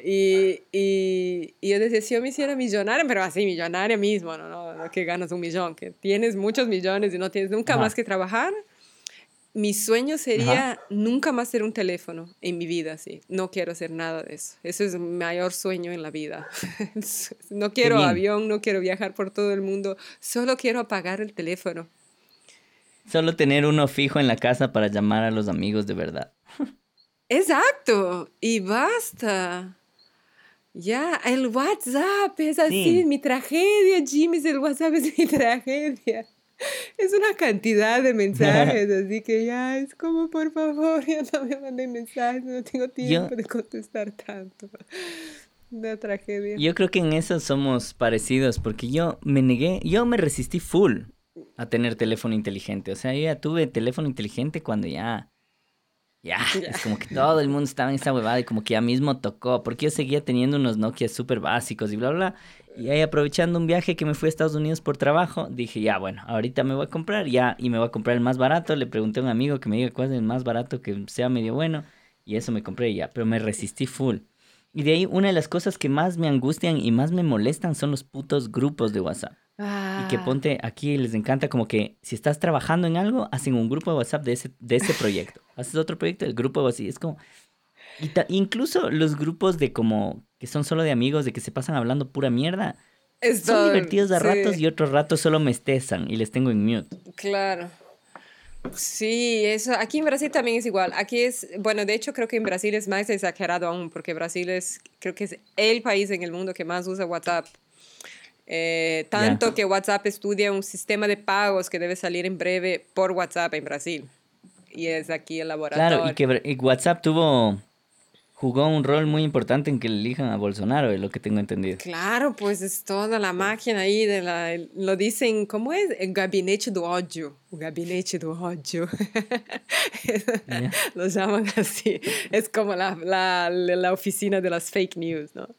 Y yo decía, si yo me hiciera millonaria, pero así, millonaria mismo, no que ganas 1 millón, que tienes muchos millones y no tienes nunca más que trabajar. Mi sueño sería nunca más tener un teléfono en mi vida, sí. No quiero hacer nada de eso. Eso es mi mayor sueño en la vida. No quiero avión, no quiero viajar por todo el mundo. Solo quiero apagar el teléfono. Solo tener uno fijo en la casa para llamar a los amigos de verdad. Exacto. Y basta. Ya, el WhatsApp es así, mi tragedia, Jimmy, el WhatsApp es mi tragedia. Es una cantidad de mensajes, así que ya es como, por favor, ya no me manden mensajes, no tengo tiempo de contestar tanto. Una tragedia. Yo creo que en eso somos parecidos, porque yo me resistí full a tener teléfono inteligente. O sea, yo ya tuve teléfono inteligente cuando ya, es como que todo el mundo estaba en esa huevada y como que ya mismo tocó, porque yo seguía teniendo unos Nokia súper básicos y bla, bla. Y ahí aprovechando un viaje que me fui a Estados Unidos por trabajo, dije, ya, bueno, ahorita me voy a comprar, y me voy a comprar el más barato. Le pregunté a un amigo que me diga cuál es el más barato que sea medio bueno, y eso me compré ya, pero me resistí full. Y de ahí una de las cosas que más me angustian y más me molestan son los putos grupos de WhatsApp. Y que ponte, aquí les encanta como que si estás trabajando en algo, hacen un grupo de WhatsApp de ese proyecto. Haces otro proyecto, el grupo así, es como... incluso los grupos de como que son solo de amigos, de que se pasan hablando pura mierda, son divertidos a ratos y otros ratos solo me estresan y les tengo en mute. Claro. Sí, eso. Aquí en Brasil también es igual. Aquí es, bueno, de hecho creo que en Brasil es más exagerado aún, porque Brasil creo que es el país en el mundo que más usa WhatsApp. Tanto que WhatsApp estudia un sistema de pagos que debe salir en breve por WhatsApp en Brasil. Y es aquí el laboratorio. Claro, y que WhatsApp jugó un rol muy importante en que le elijan a Bolsonaro, es lo que tengo entendido. Claro, pues es toda la máquina ahí lo dicen, ¿cómo es? El gabinete do ódio. El gabinete do ódio. Lo llaman así. Es como la oficina de las fake news, ¿no?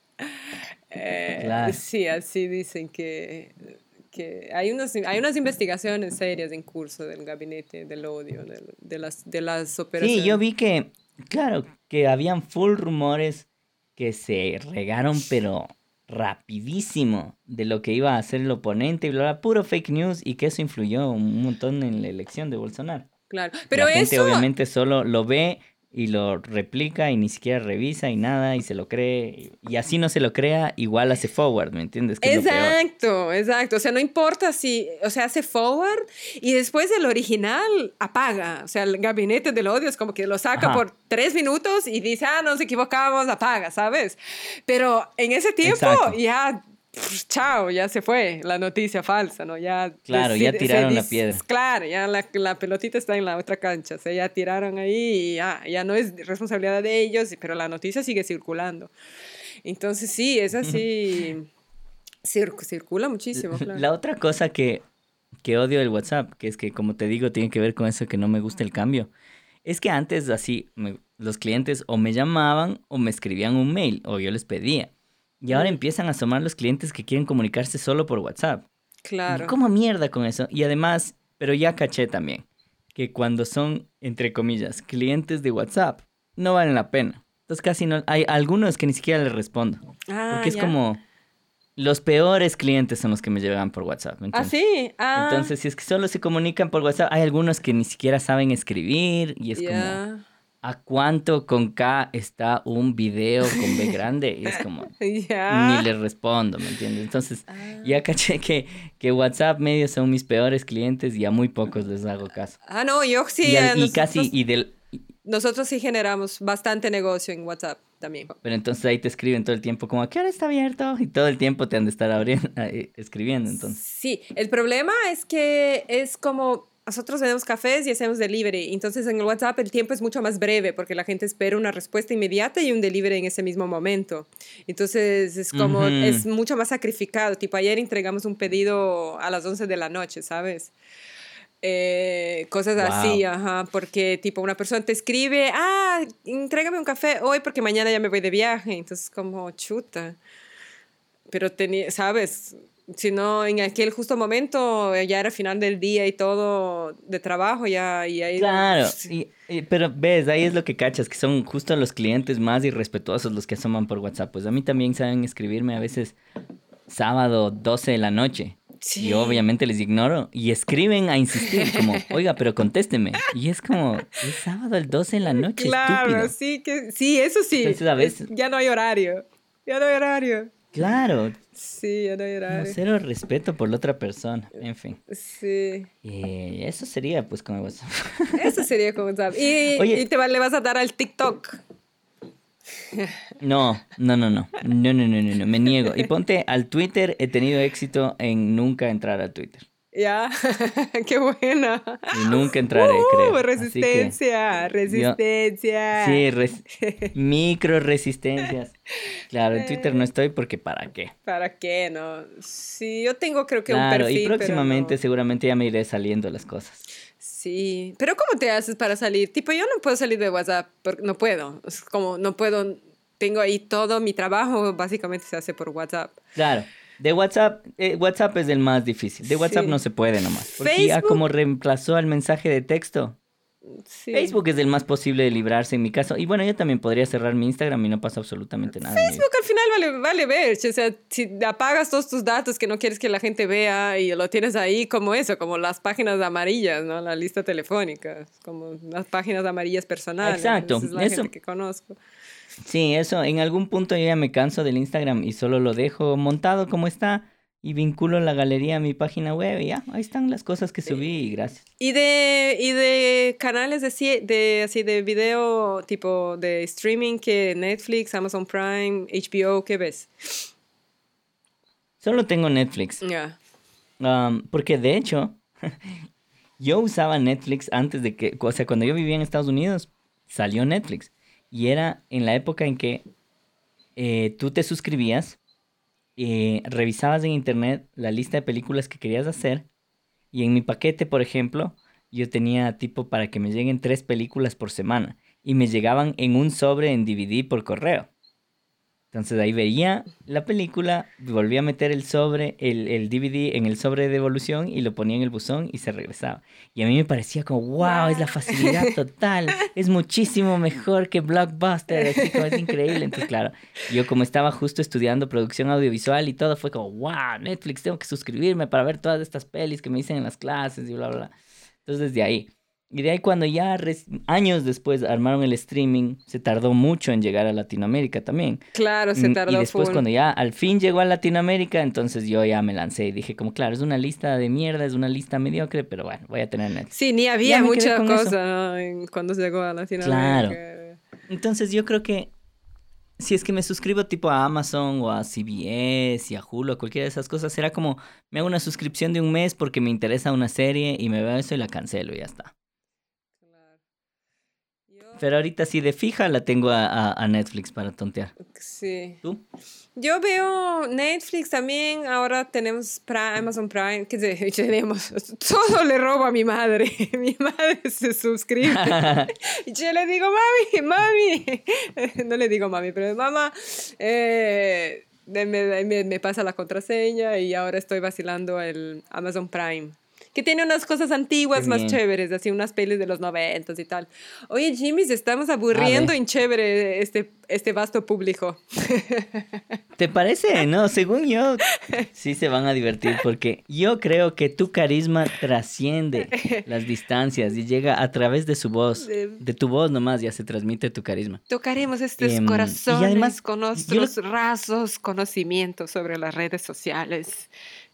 Claro. Sí, así dicen que hay unas investigaciones serias en curso del gabinete del odio, de las operaciones. Sí, yo vi que, claro, que habían full rumores que se regaron, pero rapidísimo, de lo que iba a hacer el oponente, y bla, bla, puro fake news, y que eso influyó un montón en la elección de Bolsonaro. Claro, pero la gente obviamente solo lo ve y lo replica y ni siquiera revisa y nada y se lo cree, y así no se lo crea, igual hace forward, ¿me entiendes? Que exacto, exacto, o sea, no importa si, o sea, hace forward y después el original apaga, o sea, el gabinete del odio es como que lo saca por 3 minutos y dice, nos equivocamos, apaga, ¿sabes? Pero en ese tiempo ya... chao, ya se fue la noticia falsa, ¿no? Ya, claro, ya tiraron la piedra. Claro, ya la pelotita está en la otra cancha, o sea, ya tiraron ahí y ya no es responsabilidad de ellos, pero la noticia sigue circulando. Entonces sí, es así, circula muchísimo, claro. La otra cosa que odio del WhatsApp, que es que, como te digo, tiene que ver con eso que no me gusta el cambio, es que antes así los clientes o me llamaban o me escribían un mail o yo les pedía. Y ahora empiezan a asomar los clientes que quieren comunicarse solo por WhatsApp. Claro. ¿Cómo mierda con eso? Y además, pero ya caché también, que cuando son, entre comillas, clientes de WhatsApp, no valen la pena. Entonces casi no, hay algunos que ni siquiera les respondo. Porque es como, los peores clientes son los que me llegan por WhatsApp. Sí. Entonces, si es que solo se comunican por WhatsApp, hay algunos que ni siquiera saben escribir y es como... ¿A cuánto con K está un video con B grande? Y es como, ni les respondo, ¿me entiendes? Entonces, ya caché que WhatsApp medio son mis peores clientes y a muy pocos les hago caso. No, yo sí. Nosotros sí generamos bastante negocio en WhatsApp también. Pero entonces ahí te escriben todo el tiempo como, ¿a qué hora está abierto? Y todo el tiempo te han de estar escribiendo, entonces. Sí, el problema es que es como... Nosotros vendemos cafés y hacemos delivery. Entonces, en el WhatsApp el tiempo es mucho más breve porque la gente espera una respuesta inmediata y un delivery en ese mismo momento. Entonces, es como, es mucho más sacrificado. Tipo, ayer entregamos un pedido a las 11 de la noche, ¿sabes? Cosas así, porque tipo una persona te escribe, entrégame un café hoy porque mañana ya me voy de viaje. Entonces, como, chuta. Pero ¿sabes? Si no, en aquel justo momento ya era final del día y todo de trabajo, ya, y ahí... Claro, pero ves, ahí es lo que cachas, que son justo los clientes más irrespetuosos los que asoman por WhatsApp. Pues a mí también saben escribirme a veces sábado 12 de la noche. Sí. Yo obviamente les ignoro y escriben a insistir como, oiga, pero contésteme. Y es como, es sábado el 12 de la noche, Claro, estúpido. sí, eso sí. Entonces, a veces- Ya no hay horario. Ya no hay horario. Claro, Sí, ya no hay como horario. cero respeto por la otra persona, en fin. Sí. Eso sería pues con el WhatsApp. Eso sería como WhatsApp. Oye. Y le vas a dar al TikTok. No, me niego. Y ponte al Twitter, he tenido éxito en nunca entrar al Twitter. Ya, qué buena. Y nunca entraré, creo. Así que Resistencia. sí, micro resistencias. Claro, en Twitter no estoy porque ¿para qué? ¿Para qué, no? Sí, yo tengo creo que un Claro, perfil, y próximamente pero no. seguramente ya me iré saliendo las cosas. Sí, pero ¿cómo te haces para salir? Tipo, yo no puedo salir de WhatsApp, porque no puedo. Es como, no puedo, tengo ahí todo mi trabajo, básicamente se hace por WhatsApp. Claro, de WhatsApp, WhatsApp es el más difícil. De WhatsApp Sí. no se puede nomás. Porque ya Facebook. como reemplazó al mensaje de texto. Sí. Facebook es el más posible de librarse en mi caso. Y bueno, yo también podría cerrar mi Instagram y no pasa absolutamente nada. en mi vida. Facebook al final vale ver, o sea, si apagas todos tus datos que no quieres que la gente vea y lo tienes ahí como eso, como las páginas amarillas, ¿no? La lista telefónica, como las páginas amarillas personales. Exacto, Esa es la eso. gente que conozco. Sí, eso, en algún punto yo ya me canso del Instagram y solo lo dejo montado como está y vinculo la galería a mi página web y ya, ahí están las cosas que subí y gracias. Y de canales así de video, tipo de streaming, que Netflix, Amazon Prime, HBO, ¿qué ves? Solo tengo Netflix, Ya. porque de hecho yo usaba Netflix antes de que, o sea, cuando yo vivía en Estados Unidos, salió Netflix y era en la época en que tú te suscribías, revisabas en internet la lista de películas que querías hacer y en mi paquete, por ejemplo, yo tenía tipo para que me lleguen 3 películas por semana y me llegaban en un sobre en DVD por correo. Entonces ahí veía la película, volvía a meter el sobre, el DVD en el sobre de devolución y lo ponía en el buzón y se regresaba. Y a mí me parecía como, wow, es la facilidad total, es muchísimo mejor que Blockbuster, así como es increíble. Entonces, claro, yo como estaba justo estudiando producción audiovisual y todo, fue como, wow, Netflix, tengo que suscribirme para ver todas estas pelis que me dicen en las clases y bla, bla, bla. Entonces, desde ahí. Y de ahí cuando ya años después armaron el streaming, se tardó mucho en llegar a Latinoamérica también. Claro, se tardó Y después full. cuando ya al fin llegó a Latinoamérica, entonces yo ya me lancé y dije como, claro, es una lista de mierda, es una lista mediocre, pero bueno, voy a tener Netflix. Sí, ni Ya había me quedé mucha con cosa, ¿no? Cuando se llegó a Latinoamérica. Entonces yo creo que si es que me suscribo tipo a Amazon o a CBS y a Hulu, a cualquiera de esas cosas, será como, me hago una suscripción de un mes porque me interesa una serie y me veo eso y la cancelo y ya está. Pero ahorita sí de fija la tengo a Netflix para tontear. Sí. ¿Tú? Yo veo Netflix también, ahora tenemos Amazon Prime, que tenemos, todo le robo a mi madre, mi madre se suscribe, y yo le digo, mami, no le digo mami, pero mamá, me pasa la contraseña y ahora estoy vacilando el Amazon Prime. Que tiene unas cosas antiguas Qué más bien. chéveres, así unas pelis de los 90 y tal. Oye, Jimmy, se estamos aburriendo en chévere este vasto público. ¿Te parece? No, según yo, sí se van a divertir porque yo creo que tu carisma trasciende las distancias y llega a través de su voz. De tu voz nomás ya se transmite tu carisma. Tocaremos estos Y corazones además, con nuestros rasos conocimientos sobre las redes sociales.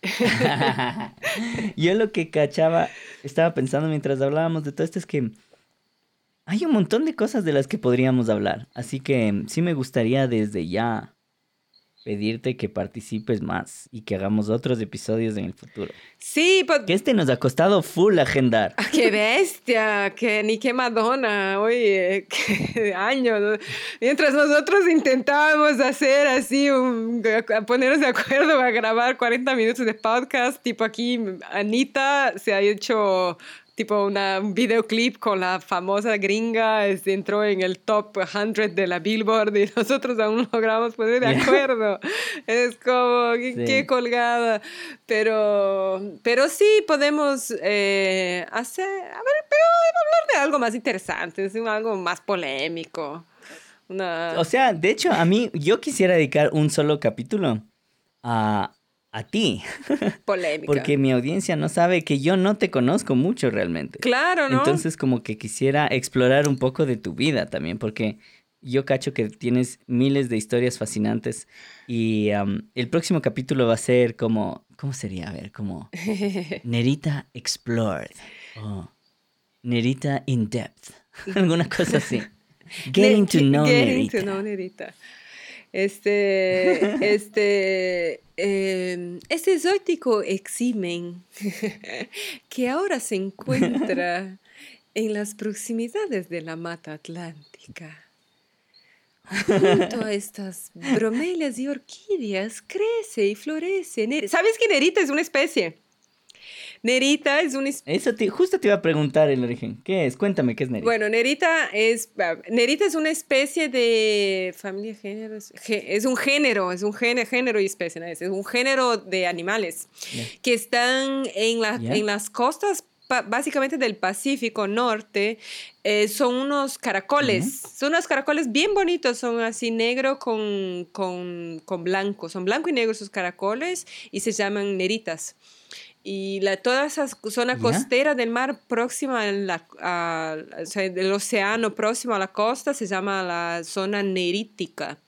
Yo lo que cachaba, estaba pensando mientras hablábamos de todo esto es que hay un montón de cosas de las que podríamos hablar. Así que sí me gustaría desde ya pedirte que participes más y que hagamos otros episodios en el futuro. Sí, Que este nos ha costado full agendar. ¡Qué bestia! Ni qué Madonna! Oye, qué años, ¿no? Mientras nosotros intentábamos hacer así, a ponernos de acuerdo a grabar 40 minutos de podcast, tipo aquí Anita se ha hecho tipo un videoclip con la famosa gringa, entró en el top 100 de la Billboard y nosotros aún no logramos poner de acuerdo. Es como, qué colgada. Pero sí podemos hacer, a ver, pero hablar de algo más interesante, es algo más polémico. O sea, de hecho, yo quisiera dedicar un solo capítulo a ti. Polémica. Porque mi audiencia no sabe que yo no te conozco mucho realmente. Claro, ¿no? Entonces, como que quisiera explorar un poco de tu vida también, porque yo cacho que tienes miles de historias fascinantes y el próximo capítulo va a ser como, ¿cómo sería? A ver, como Nerita Explored o Nerita In Depth, alguna cosa así. Getting to know Nerita. Este exótico eximen que ahora se encuentra en las proximidades de la Mata Atlántica. Junto a estas bromelias y orquídeas crece y florece. ¿Sabes que Nerita es una especie? Nerita es una... Justo te iba a preguntar el origen. ¿Qué es? Cuéntame, ¿qué es Nerita? Bueno, Nerita es una especie de familia géneros. Es un género y especie, ¿no? Es un género de animales que están en las costas básicamente del Pacífico Norte. Son unos caracoles. Son unos caracoles bien bonitos. Son así negro con blanco. Son blanco y negro sus caracoles y se llaman neritas. Y toda esa zona costera del mar próxima o sea, del océano próximo a la costa se llama la zona nerítica.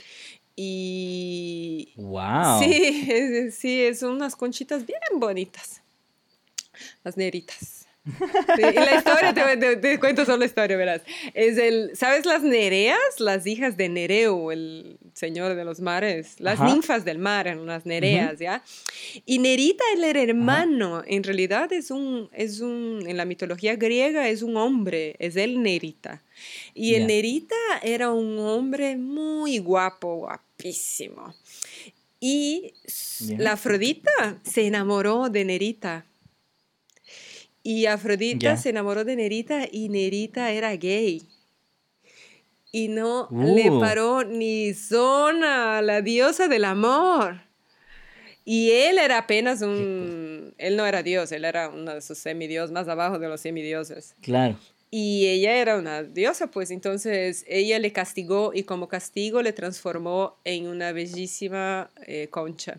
Y... ¡Wow! Sí, son unas conchitas bien bonitas. Las neritas. Sí, y la historia, te cuento solo la historia, verás. ¿Sabes las nereas? Las hijas de Nereo, el señor de los mares. Las ninfas del mar, las nereas, ¿ya? Y Nerita, él era hermano. En realidad en la mitología griega es un hombre, es el Nerita. Y el Nerita era un hombre muy guapo, guapísimo. Y la Afrodita se enamoró de Nerita. Y Afrodita se enamoró de Nerita y Nerita era gay. Y no le paró ni zona a la diosa del amor. Y él era apenas él no era dios, él era uno de esos semidios más abajo de los semidioses. Claro. Y ella era una diosa, pues entonces ella le castigó y como castigo le transformó en una bellísima concha.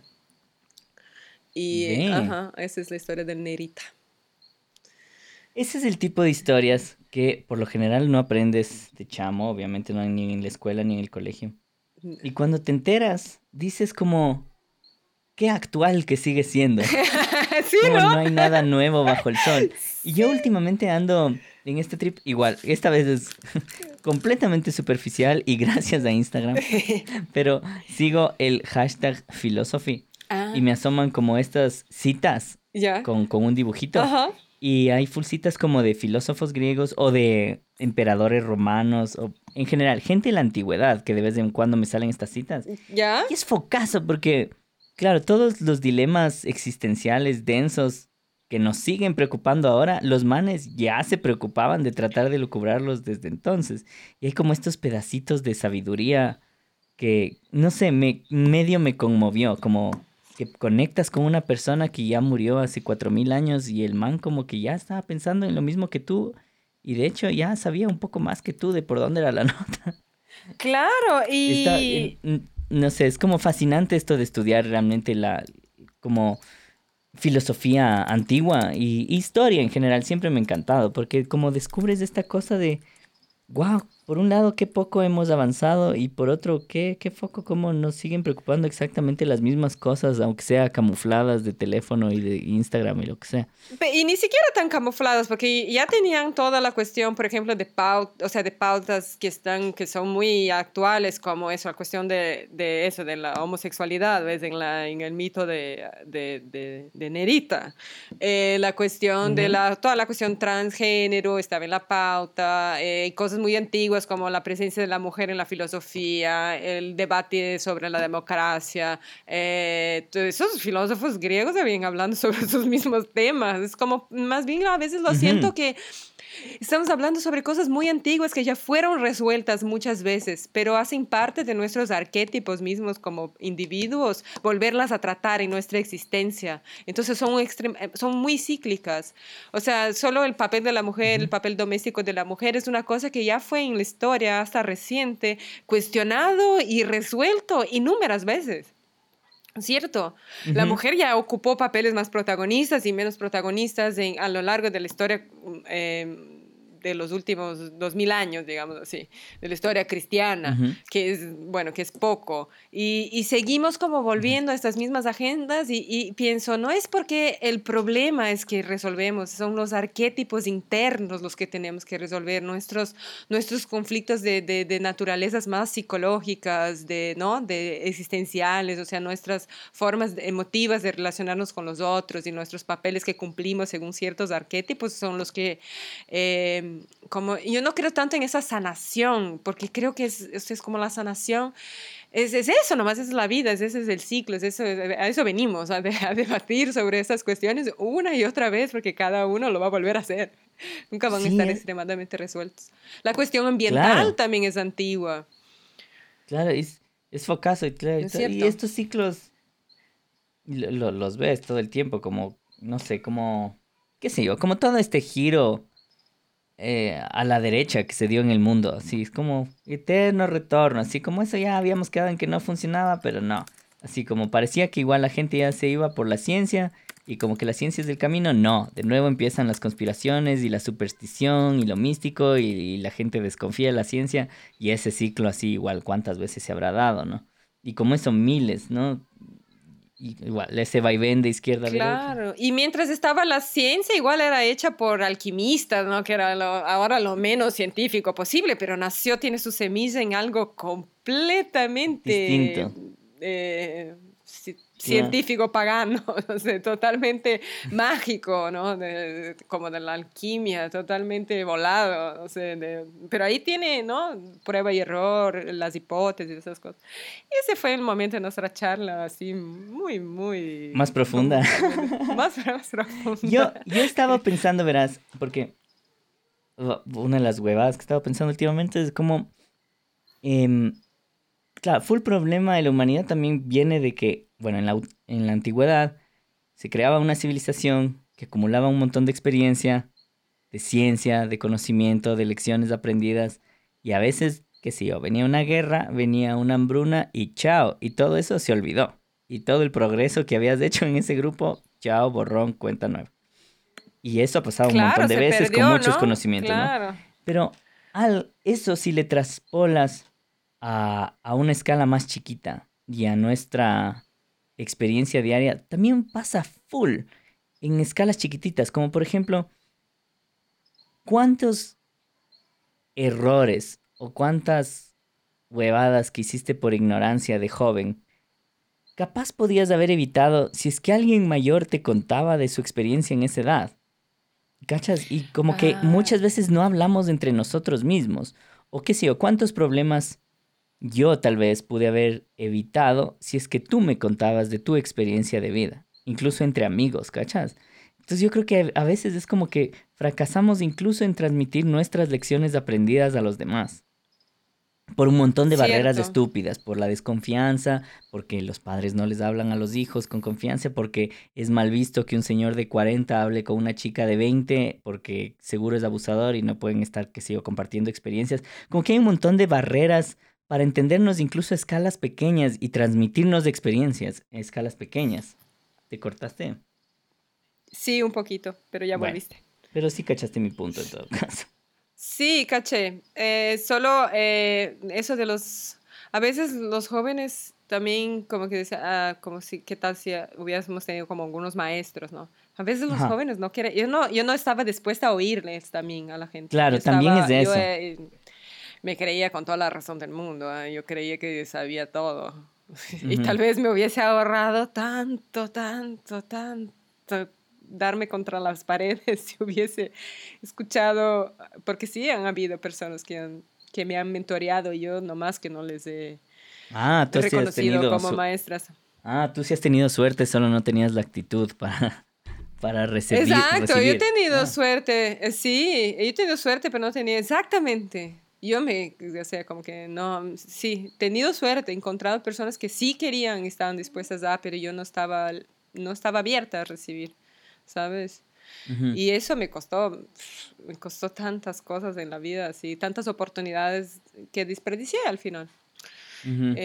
Y esa es la historia del Nerita. Ese es el tipo de historias que por lo general no aprendes de chamo, obviamente no ni en la escuela ni en el colegio. Y cuando te enteras, dices como, qué actual que sigue siendo. Sí, como ¿no? No hay nada nuevo bajo el sol. Y yo últimamente ando en este trip igual. Esta vez es completamente superficial y gracias a Instagram. Pero sigo el hashtag philosophy y me asoman como estas citas con un dibujito. Ajá. Y hay full citas como de filósofos griegos o de emperadores romanos o en general gente de la antigüedad que de vez en cuando me salen estas citas. ¿Ya? Y es focazo porque, claro, todos los dilemas existenciales densos que nos siguen preocupando ahora, los manes ya se preocupaban de tratar de lucubrarlos desde entonces. Y hay como estos pedacitos de sabiduría que, no sé, medio me conmovió, como que conectas con una persona que ya murió hace 4000 años y el man como que ya estaba pensando en lo mismo que tú y de hecho ya sabía un poco más que tú de por dónde era la nota. Claro, y... no sé, es como fascinante esto de estudiar realmente como filosofía antigua y historia en general. Siempre me ha encantado porque como descubres esta cosa de, wow, por un lado qué poco hemos avanzado y por otro qué poco cómo nos siguen preocupando exactamente las mismas cosas, aunque sea camufladas de teléfono y de Instagram y lo que sea. Y ni siquiera tan camufladas, porque ya tenían toda la cuestión, por ejemplo, de pautas que son muy actuales, como eso, la cuestión de la homosexualidad, ¿ves? En el mito de Nerita. La cuestión de toda la cuestión transgénero estaba en la pauta, cosas muy antiguas antiguas como la presencia de la mujer en la filosofía, el debate sobre la democracia. Todos esos filósofos griegos habían hablando sobre esos mismos temas. Es como, más bien a veces lo siento que estamos hablando sobre cosas muy antiguas que ya fueron resueltas muchas veces, pero hacen parte de nuestros arquetipos mismos como individuos, volverlas a tratar en nuestra existencia. Entonces son muy cíclicas. O sea, solo el papel de la mujer, el papel doméstico de la mujer es una cosa que ya fue en la historia hasta reciente cuestionado y resuelto innúmeras veces. ¿Cierto? La mujer ya ocupó papeles más protagonistas y menos protagonistas a lo largo de la historia de los últimos 2000 años, digamos así, de la historia cristiana, que es, bueno, que es poco. Y seguimos como volviendo a estas mismas agendas y pienso, no es porque el problema es que resolvemos, son los arquetipos internos los que tenemos que resolver, nuestros conflictos de naturalezas más psicológicas, ¿no? De existenciales, o sea, nuestras formas emotivas de relacionarnos con los otros y nuestros papeles que cumplimos según ciertos arquetipos son los que como yo no creo tanto en esa sanación, porque creo que es como la sanación, es eso nomás, es la vida, ese es el ciclo, a eso venimos, a debatir sobre estas cuestiones una y otra vez, porque cada uno lo va a volver a hacer. Nunca van a estar extremadamente resueltos. La cuestión ambiental también es antigua. Claro, es focazo, claro. Y estos ciclos los ves todo el tiempo, como, no sé, como, qué sé yo, como todo este giro a la derecha que se dio en el mundo, así es como eterno retorno, así como eso ya habíamos quedado en que no funcionaba, pero no, así como parecía que igual la gente ya se iba por la ciencia y como que la ciencia es el camino, no, de nuevo empiezan las conspiraciones y la superstición y lo místico y la gente desconfía de la ciencia y ese ciclo así igual cuántas veces se habrá dado, ¿no? Y como eso miles, ¿no? Y igual, ese vaivén de izquierda a derecha. Claro, y mientras estaba la ciencia, igual era hecha por alquimistas, ¿no? Que era ahora lo menos científico posible, pero nació, tiene su semilla en algo completamente distinto. Científico pagano, o sea, totalmente mágico, ¿no? Como de la alquimia, totalmente volado, o sea, pero ahí tiene, ¿no? Prueba y error, las hipótesis, esas cosas. Y ese fue el momento de nuestra charla, así, muy, muy... Más profunda. Más profunda. Yo estaba pensando, verás, porque una de las huevadas que estaba pensando últimamente es como... claro, full problema de la humanidad también viene de que, bueno, en la antigüedad se creaba una civilización que acumulaba un montón de experiencia, de ciencia, de conocimiento, de lecciones aprendidas, y a veces, qué sé yo, venía una guerra, venía una hambruna y chao, y todo eso se olvidó. Y todo el progreso que habías hecho en ese grupo, chao, borrón, cuenta nueva. Y eso ha pasado un montón de veces perdió, con muchos ¿no? conocimientos, Claro. ¿no? Pero eso si le traspolas a una escala más chiquita y a nuestra experiencia diaria, también pasa full en escalas chiquititas, como por ejemplo, ¿cuántos errores o cuántas huevadas que hiciste por ignorancia de joven capaz podías haber evitado si es que alguien mayor te contaba de su experiencia en esa edad? ¿Cachas? Y como que muchas veces no hablamos entre nosotros mismos. O qué sé yo, ¿cuántos problemas yo tal vez pude haber evitado si es que tú me contabas de tu experiencia de vida? Incluso entre amigos, ¿cachas? Entonces yo creo que a veces es como que fracasamos incluso en transmitir nuestras lecciones aprendidas a los demás. Por un montón de barreras estúpidas, por la desconfianza, porque los padres no les hablan a los hijos con confianza, porque es mal visto que un señor de 40 hable con una chica de 20, porque seguro es abusador y no pueden estar, qué sé yo, compartiendo experiencias. Como que hay un montón de barreras para entendernos incluso a escalas pequeñas y transmitirnos experiencias a escalas pequeñas. ¿Te cortaste? Sí, un poquito, pero ya volviste. Pero sí cachaste mi punto en todo caso. Sí, caché. Solo eso de los... A veces los jóvenes también como que decían, como si, ¿qué tal si hubiésemos tenido como algunos maestros, ¿no? A veces los jóvenes no quieren... Yo no estaba dispuesta a oírles también a la gente. Claro, también es de eso. Me creía con toda la razón del mundo, ¿eh? Yo creía que sabía todo. Y tal vez me hubiese ahorrado tanto darme contra las paredes si hubiese escuchado, porque sí han habido personas que que me han mentoreado y yo nomás que no les he Tú sí has reconocido tenido como maestras. tú sí has tenido suerte, solo no tenías la actitud para Exacto, yo he recibir. tenido suerte, sí, yo he tenido suerte, pero no tenía exactamente. O sea, como que no, sí, he tenido suerte, he encontrado personas que sí querían y estaban dispuestas a, pero yo no estaba abierta a recibir, ¿sabes? Ujú, Y eso me costó tantas cosas en la vida, así, tantas oportunidades que desperdicié al final. ujú.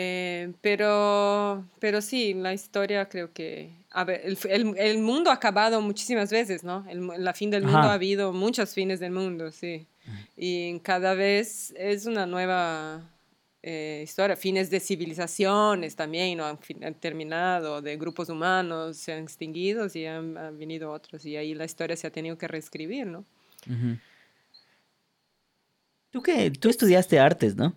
Pero sí, la historia creo que... A ver, el mundo ha acabado muchísimas veces, ¿no? La fin del mundo ha Ajá. habido muchos fines del mundo, sí. Y cada vez es una nueva historia. Fines de civilizaciones también, ¿no? Han terminado, de grupos humanos se han extinguido y han venido otros. Y ahí la historia se ha tenido que reescribir, ¿no? Ujú. Tú Es, estudiaste artes, ¿no?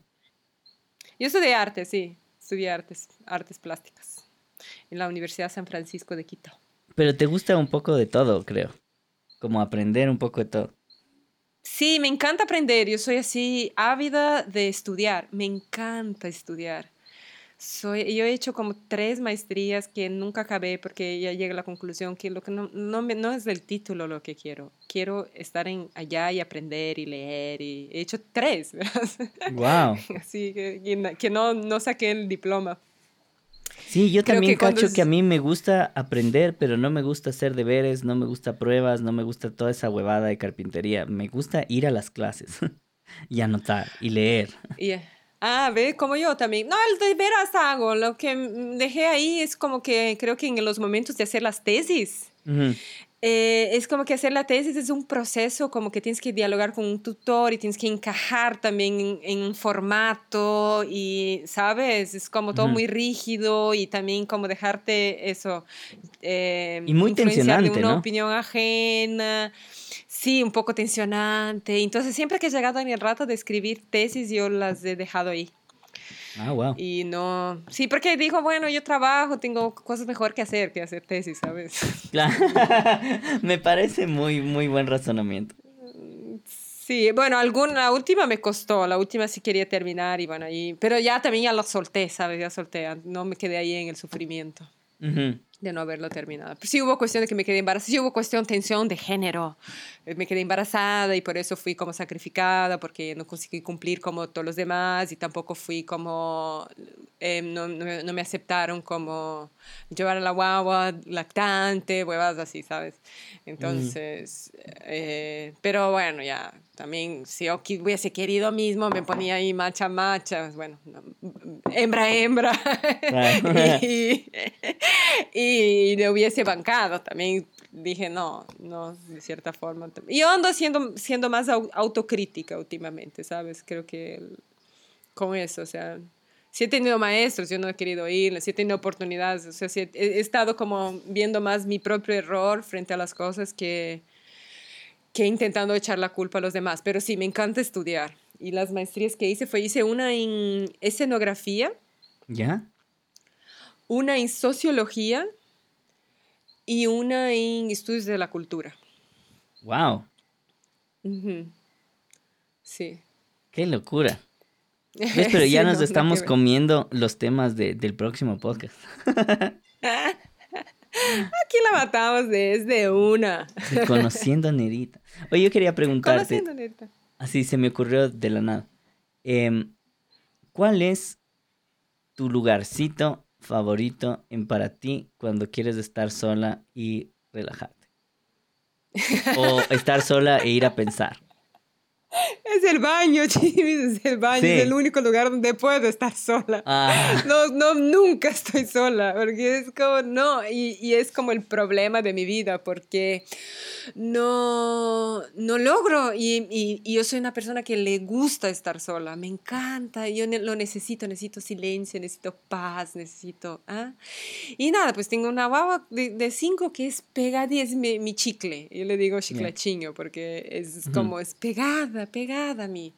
yo estudié arte, sí. Estudié artes plásticas en la Universidad San Francisco de Quito. Pero te gusta un poco de todo, creo. Como aprender un poco de todo. Sí, me encanta aprender. Yo soy así ávida de estudiar. Me encanta estudiar. Yo he hecho como 3 maestrías que nunca acabé porque ya llegué a la conclusión que lo que no es del título lo que quiero. Quiero estar allá y aprender y leer. Y he hecho 3, ¿verdad? Wow. Así que no saqué el diploma. Sí, yo Creo también que cuando cacho que a mí me gusta aprender, pero no me gusta hacer deberes, no me gusta pruebas, no me gusta toda esa huevada de carpintería. Me gusta ir a las clases y anotar y leer. ve, como yo también. No, el de veras hago. Lo que dejé ahí es como que creo que en los momentos de hacer las tesis. Ujú, Es como que hacer la tesis es un proceso, como que tienes que dialogar con un tutor y tienes que encajar también en un formato y, ¿sabes? Es como todo ujú. muy rígido y también como dejarte eso, Y muy influenciar de tensionante, una ¿no? opinión ajena. Sí, un poco tensionante. Entonces, siempre que he llegado en el rato de escribir tesis, yo las he dejado ahí. Ah, wow. Y no, sí, porque dijo, bueno, yo trabajo, tengo cosas mejor que hacer tesis, ¿sabes? Claro. Me parece muy, muy buen razonamiento. Sí, bueno, la última me costó, la última sí quería terminar y bueno, pero ya también ya lo solté, ¿sabes? Ya solté, no me quedé ahí en el sufrimiento Ujú, de no haberlo terminado. Pero sí hubo cuestión de que me quedé embarazada, sí hubo cuestión, tensión de género. Me quedé embarazada y por eso fui como sacrificada, porque no conseguí cumplir como todos los demás y tampoco fui como, no me aceptaron como llevar a la guagua lactante, huevas así, ¿sabes? ujú. Entonces, pero bueno, ya, también si yo hubiese querido mismo, me ponía ahí macha, macha, bueno, hembra, hembra. Claro. y, y le hubiese bancado también. Dije, no, de cierta forma. Yo ando siendo más autocrítica últimamente, ¿sabes? Creo que con eso, o sea, si he tenido maestros, yo no he querido ir, si he tenido oportunidades, o sea, si he estado como viendo más mi propio error frente a las cosas que intentando echar la culpa a los demás. Pero sí, me encanta estudiar. Y las maestrías que hice una en escenografía, ¿Ya? una en sociología y una en estudios de la cultura. Wow. Ujú, sí. Qué locura. ¿Ves? Pero ya Sí, nos no, nada que estamos ver. comiendo los temas del próximo podcast. Aquí la matamos desde una. De Conociendo a Nerita. Oye, yo quería preguntarte, Conociendo, neta. así se me ocurrió de la nada. em, ¿Cuál es tu lugarcito favorito en para ti cuando quieres estar sola y relajarte? O estar sola e ir a pensar. Es el baño, Chivis, es el baño, es el Sí. único lugar donde puedo estar sola. Ah, No, nunca estoy sola, porque es como, no, y es como el problema de mi vida, porque no logro, y yo soy una persona que le gusta estar sola, me encanta, yo lo necesito silencio, necesito paz, necesito, ¿ah? Y nada, pues tengo una guagua de 5 que es pegada y es mi chicle. Yo le digo ya. chiclachiño porque es Ujú, como, es pegada a mí.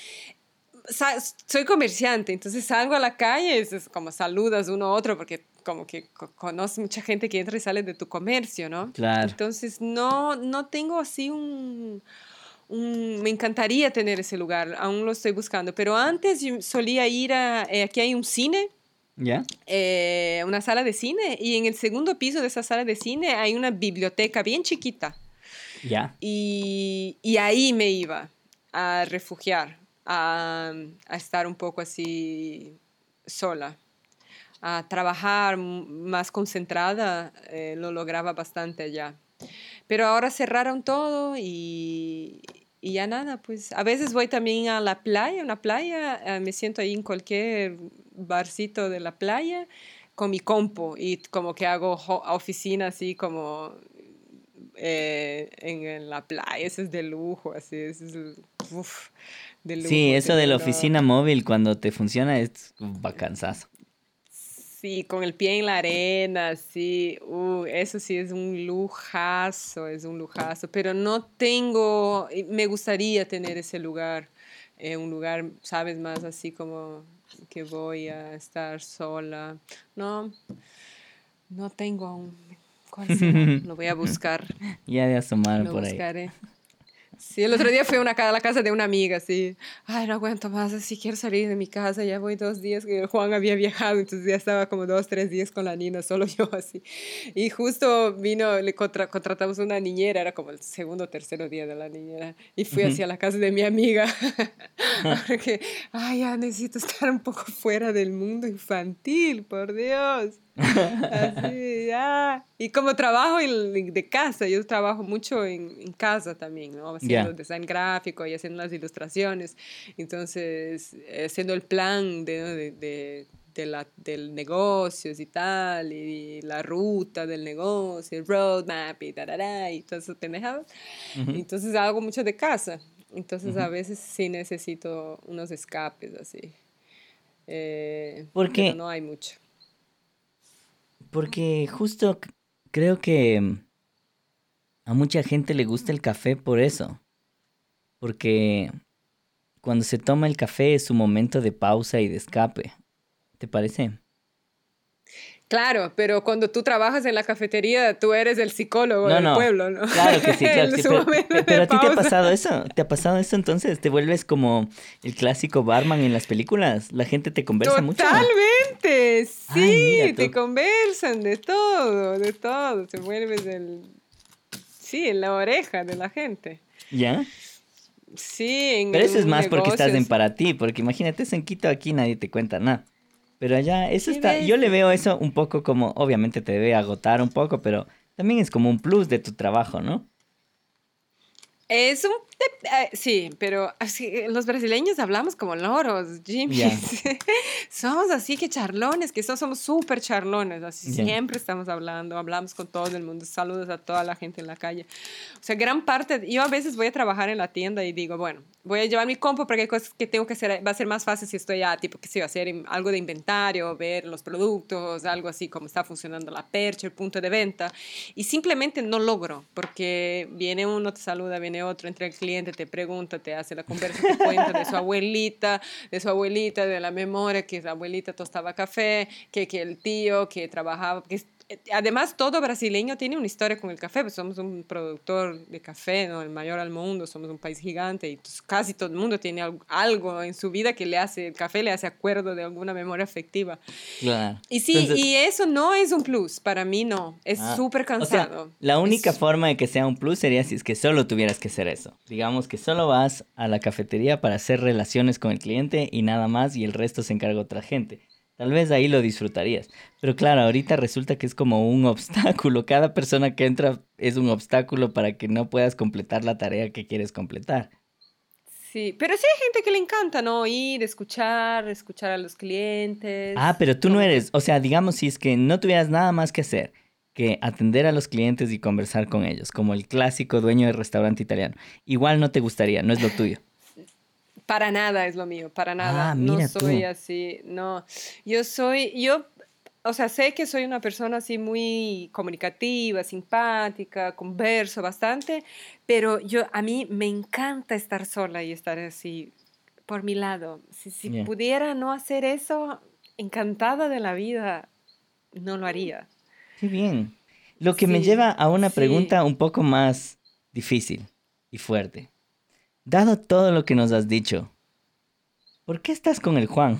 Soy comerciante, entonces salgo a la calle, es como saludas uno a otro porque como que conoces mucha gente que entra y sale de tu comercio, ¿no? claro. Entonces no tengo así me encantaría tener ese lugar, aún lo estoy buscando, pero antes yo solía ir aquí hay un cine, ¿Ya? una sala de cine, y en el segundo piso de esa sala de cine hay una biblioteca bien chiquita, ¿Ya? y ahí me iba a refugiar, a estar un poco así sola, a trabajar más concentrada, lo lograba bastante allá. Pero ahora cerraron todo y ya nada, pues a veces voy también a la playa, una playa, me siento ahí en cualquier barcito de la playa con mi compu y como que hago oficina así como en la playa, eso es de lujo, así, eso es uf, de Sí, lujo eso de la tenerlo. oficina móvil cuando te funciona es bacanzazo. Sí, con el pie en la arena, sí, eso sí es un lujazo, pero no tengo, me gustaría tener ese lugar, un lugar, sabes, más así como que voy a estar sola. No, no tengo aún. ¿Cuál será? Lo voy a buscar, Ya de asomar lo por ahí. buscaré. Sí, el otro día fui a la casa de una amiga, sí. Ay, no aguanto más, así quiero salir de mi casa. Ya voy 2 días que Juan había viajado, entonces ya estaba como 2, 3 días con la niña, solo yo así. Y justo vino, contratamos una niñera, era como el segundo o tercero día de la niñera. Y fui Ujú. hacia la casa de mi amiga. Porque, ay, ya necesito estar un poco fuera del mundo infantil, por Dios. Así, ya. Y como trabajo de casa, yo trabajo mucho en casa también, ¿no? Haciendo Ya. design gráfico y haciendo las ilustraciones. Entonces, haciendo el plan del negocios y tal, y la ruta del negocio, el roadmap y tarará, y todas esas pendejadas. Ujú, Entonces, hago mucho de casa. Entonces, a ujú. veces sí necesito unos escapes así. Porque, Pero no hay mucho. porque justo creo que a mucha gente le gusta el café por eso. Porque cuando se toma el café es su momento de pausa y de escape. ¿Te parece? Claro, pero cuando tú trabajas en la cafetería, tú eres el psicólogo No, del no. pueblo, ¿no? Claro que sí, claro que En sí. su momento de Pero a ti te ha pausa. pasado eso. ¿Te ha pasado eso entonces? ¿Te vuelves como el clásico barman en las películas? ¿La gente te conversa mucho? Totalmente, Ay, mira sí, te tú. conversan de todo, de todo. Te vuelves sí, en la oreja de la gente. ¿Ya? Sí, en Pero eso es un más porque estás negocio, en sí. para ti, porque imagínate eso en Quito, aquí nadie te cuenta nada. Pero allá, eso ¿Qué está, ves? yo le veo eso un poco como, obviamente te debe agotar un poco, pero también es como un plus de tu trabajo, ¿no? Es sí, pero los brasileños hablamos como loros, Jimmy. Ya, Somos así que charlones, que somos súper charlones, así ya. siempre estamos hablando, hablamos con todo el mundo, saludos a toda la gente en la calle. O sea, gran parte, yo a veces voy a trabajar en la tienda y digo, bueno, voy a llevar mi compu porque hay cosas que tengo que hacer, va a ser más fácil si estoy ya, tipo, qué sé yo, hacer algo de inventario, ver los productos, algo así, cómo está funcionando la percha, el punto de venta. Y simplemente no logro, porque viene uno, te saluda, viene otro, entra el cliente, te pregunta, te hace la conversa, te cuenta de su abuelita, de la memoria, que la abuelita tostaba café, que el tío que trabajaba, además todo brasileño tiene una historia con el café, pues somos un productor de café, ¿no? El mayor al mundo, somos un país gigante y casi todo el mundo tiene algo en su vida que le hace, el café le hace acuerdo de alguna memoria afectiva. Claro. Y sí, Entonces, y eso no es un plus, para mí no, es súper o sea, cansado. la única Es, forma de que sea un plus sería si es que solo tuvieras que hacer eso. Digamos que solo vas a la cafetería para hacer relaciones con el cliente y nada más y el resto se encarga otra gente. Tal vez ahí lo disfrutarías. Pero claro, ahorita resulta que es como un obstáculo. Cada persona que entra es un obstáculo para que no puedas completar la tarea que quieres completar. sí, pero sí hay gente que le encanta, ¿no? Ir, escuchar a los Ah, clientes, pero tú no como que eres, o sea, digamos si es que no tuvieras nada más que hacer que atender a los clientes y conversar con ellos, como el clásico dueño de restaurante italiano. Igual no te gustaría, no es lo tuyo. para nada es lo mío, para nada. Ah, No mira soy tú. así, no. O sea, sé que soy una persona así muy comunicativa, simpática, converso bastante, pero a mí me encanta estar sola y estar así por mi lado. Si Ya. pudiera no hacer eso, encantada de la vida, no lo haría. Qué bien. Lo que me Sí, lleva a una sí. pregunta un poco más difícil y fuerte. Dado todo lo que nos has dicho, ¿por qué estás con el Juan?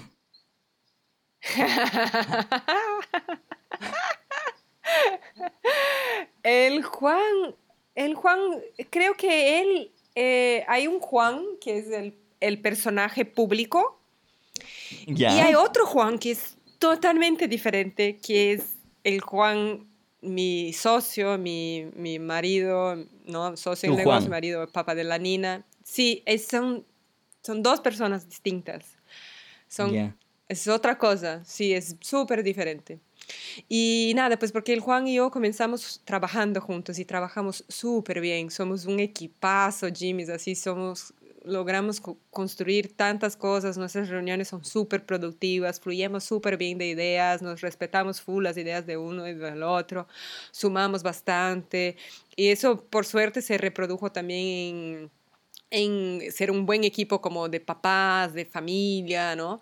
El Juan, el Juan, creo que él, hay un Juan que es el personaje público y ¿Ya? hay otro Juan que es totalmente diferente, que es el Juan, mi socio, mi marido, ¿no? Socio Tu en el negocio, Juan. marido, papá de la Nina. Sí, son dos personas distintas. Son, Ya. es otra cosa, sí, es súper diferente. Y nada, pues porque el Juan y yo comenzamos trabajando juntos y trabajamos súper bien. Somos un equipazo, Jimmy's, así somos, logramos construir tantas cosas. Nuestras reuniones son súper productivas, fluyemos súper bien de ideas, nos respetamos full las ideas de uno y del otro, sumamos bastante. Y eso, por suerte, se reprodujo también en ser un buen equipo como de papás, de familia, ¿no?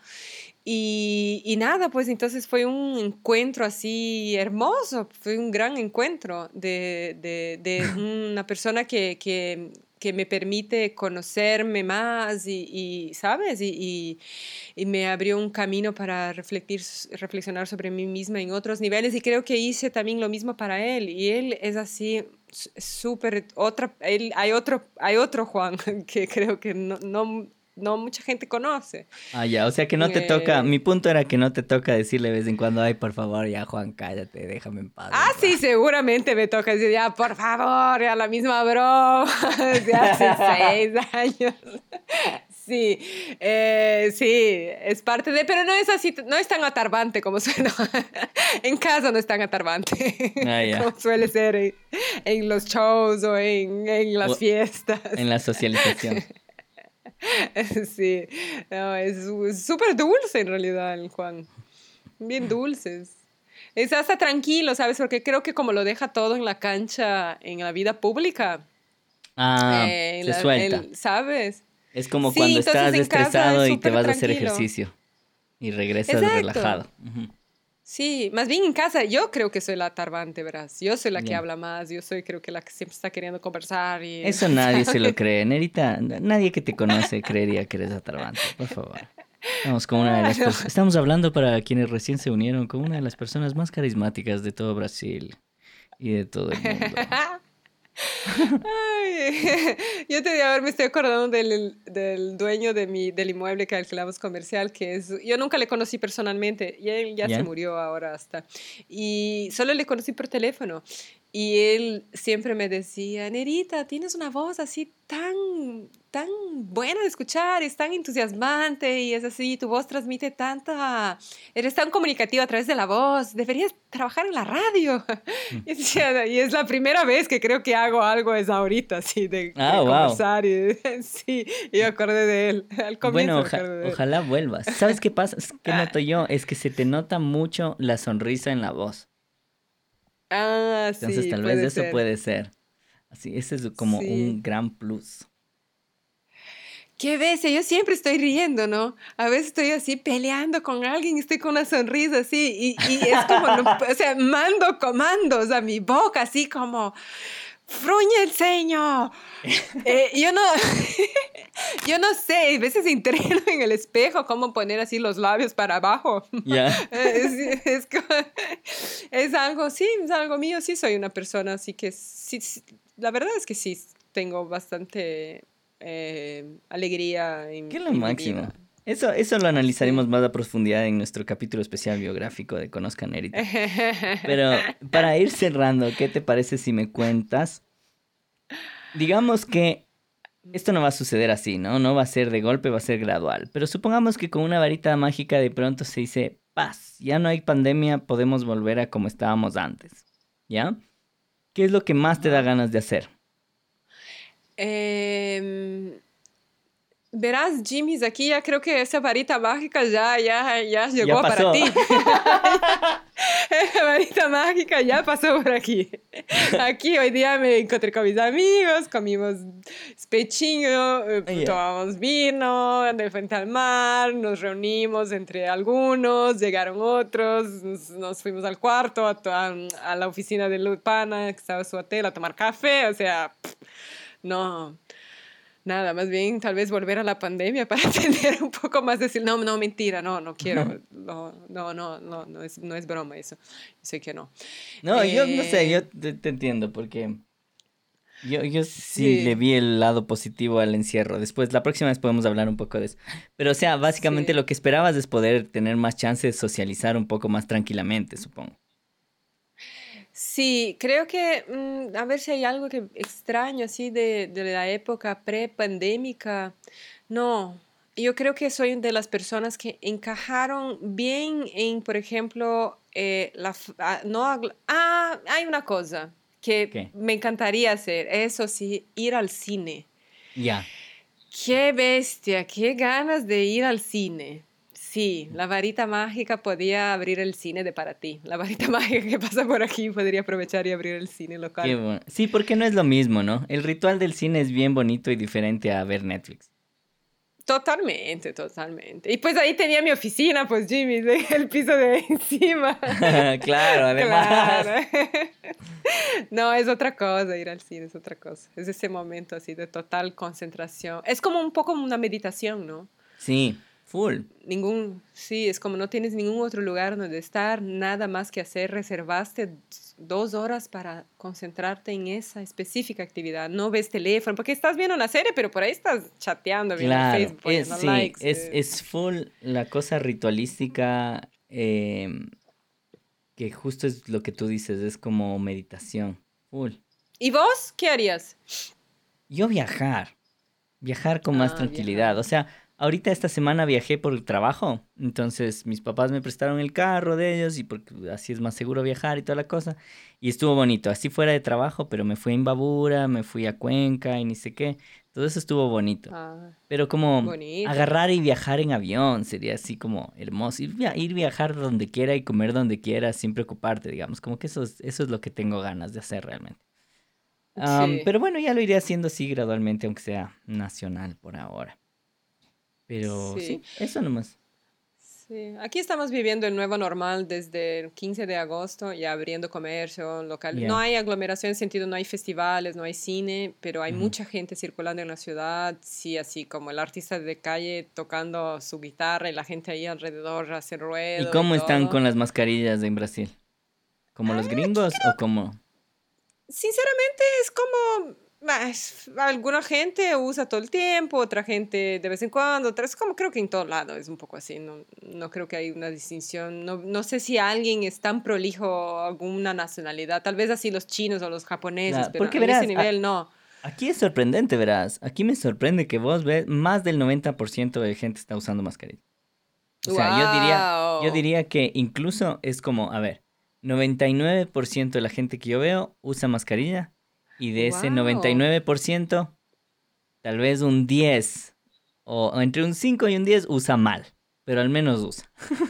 Y nada, pues entonces fue un encuentro así hermoso, fue un gran encuentro de una persona que me permite conocerme más y ¿sabes? Y me abrió un camino para reflexionar sobre mí misma en otros niveles y creo que hice también lo mismo para él y él es así súper otra, hay otro Juan que creo que no mucha gente conoce. Ah, ya, o sea que no te toca, mi punto era que no te toca decirle de vez en cuando, ay, por favor, ya Juan, cállate, déjame en paz. Ah, sí, seguramente me toca decir, ya, por favor, ya la misma broma de hace 6 años. Sí, sí, es parte de, pero no es así, no es tan atarbante como suena. En casa no es tan atarbante Ah, ya. como suele ser en los shows o en las O fiestas. en la socialización. Sí, no, es súper dulce en realidad el Juan. Bien dulces. Es hasta tranquilo, ¿sabes? Porque creo que como lo deja todo en la cancha, en la vida pública, Ah, se suelta. ¿sabes? Es como Sí, cuando entonces estás en casa estresado es y te súper vas a hacer tranquilo. ejercicio y regresas Exacto. relajado. Ujú. Sí, más bien en casa yo creo que soy la tarbante, verás. Yo soy la que Ya. habla más, yo soy creo que la que siempre está queriendo conversar y, Eso nadie se lo ¿sabes? cree. Nerita, nadie que te conoce creería que eres atrabante, por favor. Estamos con una de las No. Estamos hablando para quienes recién se unieron con una de las personas más carismáticas de todo Brasil y de todo el mundo. Ay, yo te digo, a ver, me estoy acordando del dueño del inmueble que alquilamos comercial, que es, yo nunca le conocí personalmente, y él ya se ¿Ya? murió ahora hasta, y solo le conocí por teléfono, y él siempre me decía, Nerita, tienes una voz así tan buena de escuchar, es tan entusiasmante, y es así, tu voz transmite tanta, eres tan comunicativa a través de la voz, deberías trabajar en la radio. Mm. Y decía, y es la primera vez que creo que hago algo es ahorita, así, Ah, de wow. conversar. Y, sí, y me acordé de él. Al Bueno, comienzo me acordé de él. ojalá vuelvas. ¿Sabes qué pasa? ¿Qué noto yo? Es que se te nota mucho la sonrisa en la voz. Ah, Entonces, sí, tal vez puede eso ser. puede ser. Así, ese es como Sí. un gran plus. Qué bestia, yo siempre estoy riendo, ¿no? A veces estoy así peleando con alguien, estoy con una sonrisa así, y es como, o sea, mando comandos a mi boca, así como, fruñe el ceño. Yo no, yo no sé, a veces entreno en el espejo cómo poner así los labios para abajo. ¿Ya? Es algo, sí, es algo mío, sí soy una persona, así que sí, la verdad es que sí, tengo bastante alegría ¿Qué es lo en mi máximo? vida. Eso lo analizaremos Sí. más a profundidad en nuestro capítulo especial biográfico de Conozcan Erita. Pero para ir cerrando, ¿qué te parece si me cuentas? Digamos que esto no va a suceder así, ¿no? No va a ser de golpe, va a ser gradual. Pero supongamos que con una varita mágica de pronto se dice, paz, ya no hay pandemia, podemos volver a como estábamos antes. ¿Ya? ¿Qué es lo que más te da Ajá. ganas de hacer? Em, Verás, Jimmy's, aquí ya creo que esa varita mágica ya Ya llegó para pasó. ti. Esa varita mágica ya pasó por aquí. Aquí hoy día me encontré con mis amigos, comimos pechingo, Ya. tomamos vino de frente al mar, nos reunimos entre algunos, llegaron otros, nos fuimos al cuarto, a la oficina de Lupana, que estaba en su hotel, a tomar café, o sea, no. nada, más bien tal vez volver a la pandemia para tener un poco más de decir, no, no, mentira, no, no quiero, no es broma eso, yo sé que no. No, yo no sé, Eh, yo te entiendo porque yo sí le sí, vi el lado positivo al encierro. Después, la próxima vez podemos hablar un poco de eso. Pero, o sea, básicamente sí. lo que esperabas es poder tener más chance de socializar un poco más tranquilamente, supongo. Sí, creo que, a ver si hay algo que extraño así de la época pre-pandémica. No, yo creo que soy de las personas que encajaron bien en, por ejemplo, no, hay una cosa que ¿Qué? me encantaría hacer, eso sí, ir al cine. Ya. Qué bestia, qué ganas de ir al cine. Sí, la varita mágica podía abrir el cine de para ti. La varita mágica que pasa por aquí podría aprovechar y abrir el cine Qué local. bueno. Sí, porque no es lo mismo, ¿no? El ritual del cine es bien bonito y diferente a ver Netflix. Totalmente, totalmente. Y pues ahí tenía mi oficina, pues Jimmy, el piso de encima. Claro, Claro. además. No, es otra cosa, ir al cine es otra cosa. Es ese momento así de total concentración. Es como un poco una meditación, ¿no? Sí, full. Sí, es como no tienes ningún otro lugar donde estar, nada más que hacer, reservaste 2 horas para concentrarte en esa específica actividad, no ves teléfono, porque estás viendo una serie, pero por ahí estás chateando, viendo el Claro, Facebook, poniendo sí, likes. es full la cosa ritualística, que justo es lo que tú dices, es como meditación, full. ¿Y vos qué harías? Yo viajar con más Ah, tranquilidad. O viajar. sea, ahorita esta semana viajé por el trabajo, entonces mis papás me prestaron el carro de ellos y porque así es más seguro viajar y toda la cosa. Y estuvo bonito, así fuera de trabajo, pero me fui a Imbabura, me fui a Cuenca y ni sé qué. Todo eso estuvo bonito. Ah, Pero como bonito. agarrar y viajar en avión sería así como hermoso. Ir viajar donde quiera y comer donde quiera sin preocuparte, digamos. Como que eso es lo que tengo ganas de hacer realmente. Sí, Pero bueno, ya lo iré haciendo así gradualmente, aunque sea nacional por ahora. Pero sí. sí, eso nomás. Sí, aquí estamos viviendo el nuevo normal desde el 15 de agosto, ya abriendo comercio local. No Ya. hay aglomeración en sentido, no hay festivales, no hay cine, pero hay Ujú. mucha gente circulando en la ciudad, sí, así como el artista de calle tocando su guitarra y la gente ahí alrededor hace ¿Y ruedo y cómo están todo. con las mascarillas en Brasil? ¿Como los Aquí gringos o creo, como...? sinceramente es como, alguna gente usa todo el tiempo, otra gente de vez en cuando, otra es como creo que en todo lado es un poco así, no, no creo que hay una distinción, no, no sé si alguien es tan prolijo alguna nacionalidad, tal vez así los chinos o los japoneses, Claro, pero porque en ese verás, nivel no. aquí es sorprendente, verás. Aquí me sorprende que vos ves, más del 90% de gente está usando mascarilla. O sea, yo ¡Wow! diría que incluso es como, a ver, 99% de la gente que yo veo usa mascarilla y de ese ¡Wow! 99%, tal vez un 10 o entre un 5 y un 10 usa mal, pero al menos usa.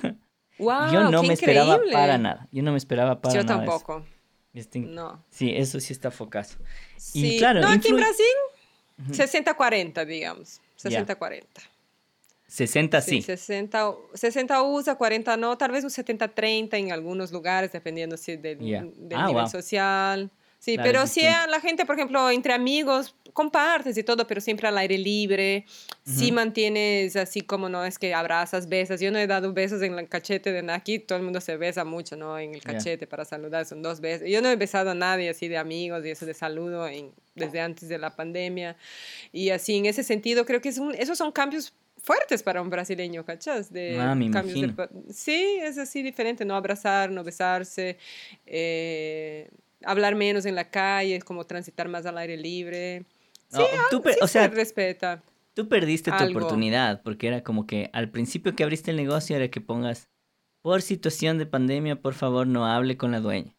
Yo ¡Wow! no ¡Qué me esperaba para increíble! nada, yo no me esperaba para Yo nada eso. tampoco, no. Sí, eso sí está focazo. Y Sí, claro, no, aquí en influye. Brasil, Ujú. 60-40, digamos, Ya, 60-40. 60 Sí, sí. 60 usa, 40 no, tal vez un 70-30 en algunos lugares, dependiendo sí, Ya. del Ah, nivel wow. social. Sí, Claro, es pero sí distinto. a la gente, por ejemplo, entre amigos, compartes y todo, pero siempre al aire libre. Sí Ujú. mantienes así como no es que abrazas, besas. Yo no he dado besos en el cachete de nada. Aquí todo el mundo se besa mucho, ¿no? En el Ya. cachete para saludar, son 2 besos. Yo no he besado a nadie así de amigos y eso de saludo desde antes de la pandemia. Y así, en ese sentido, creo que esos son cambios fuertes para un brasileño, ¿cachas? Ah, De me cambios de... imagino. Sí, es así diferente, no abrazar, no besarse, hablar menos en la calle, como transitar más al aire libre. Sí, Oh, sí o se sea, respeta tú perdiste tu algo. oportunidad, porque era como que al principio que abriste el negocio era que pongas, por situación de pandemia, por favor, no hable con la dueña.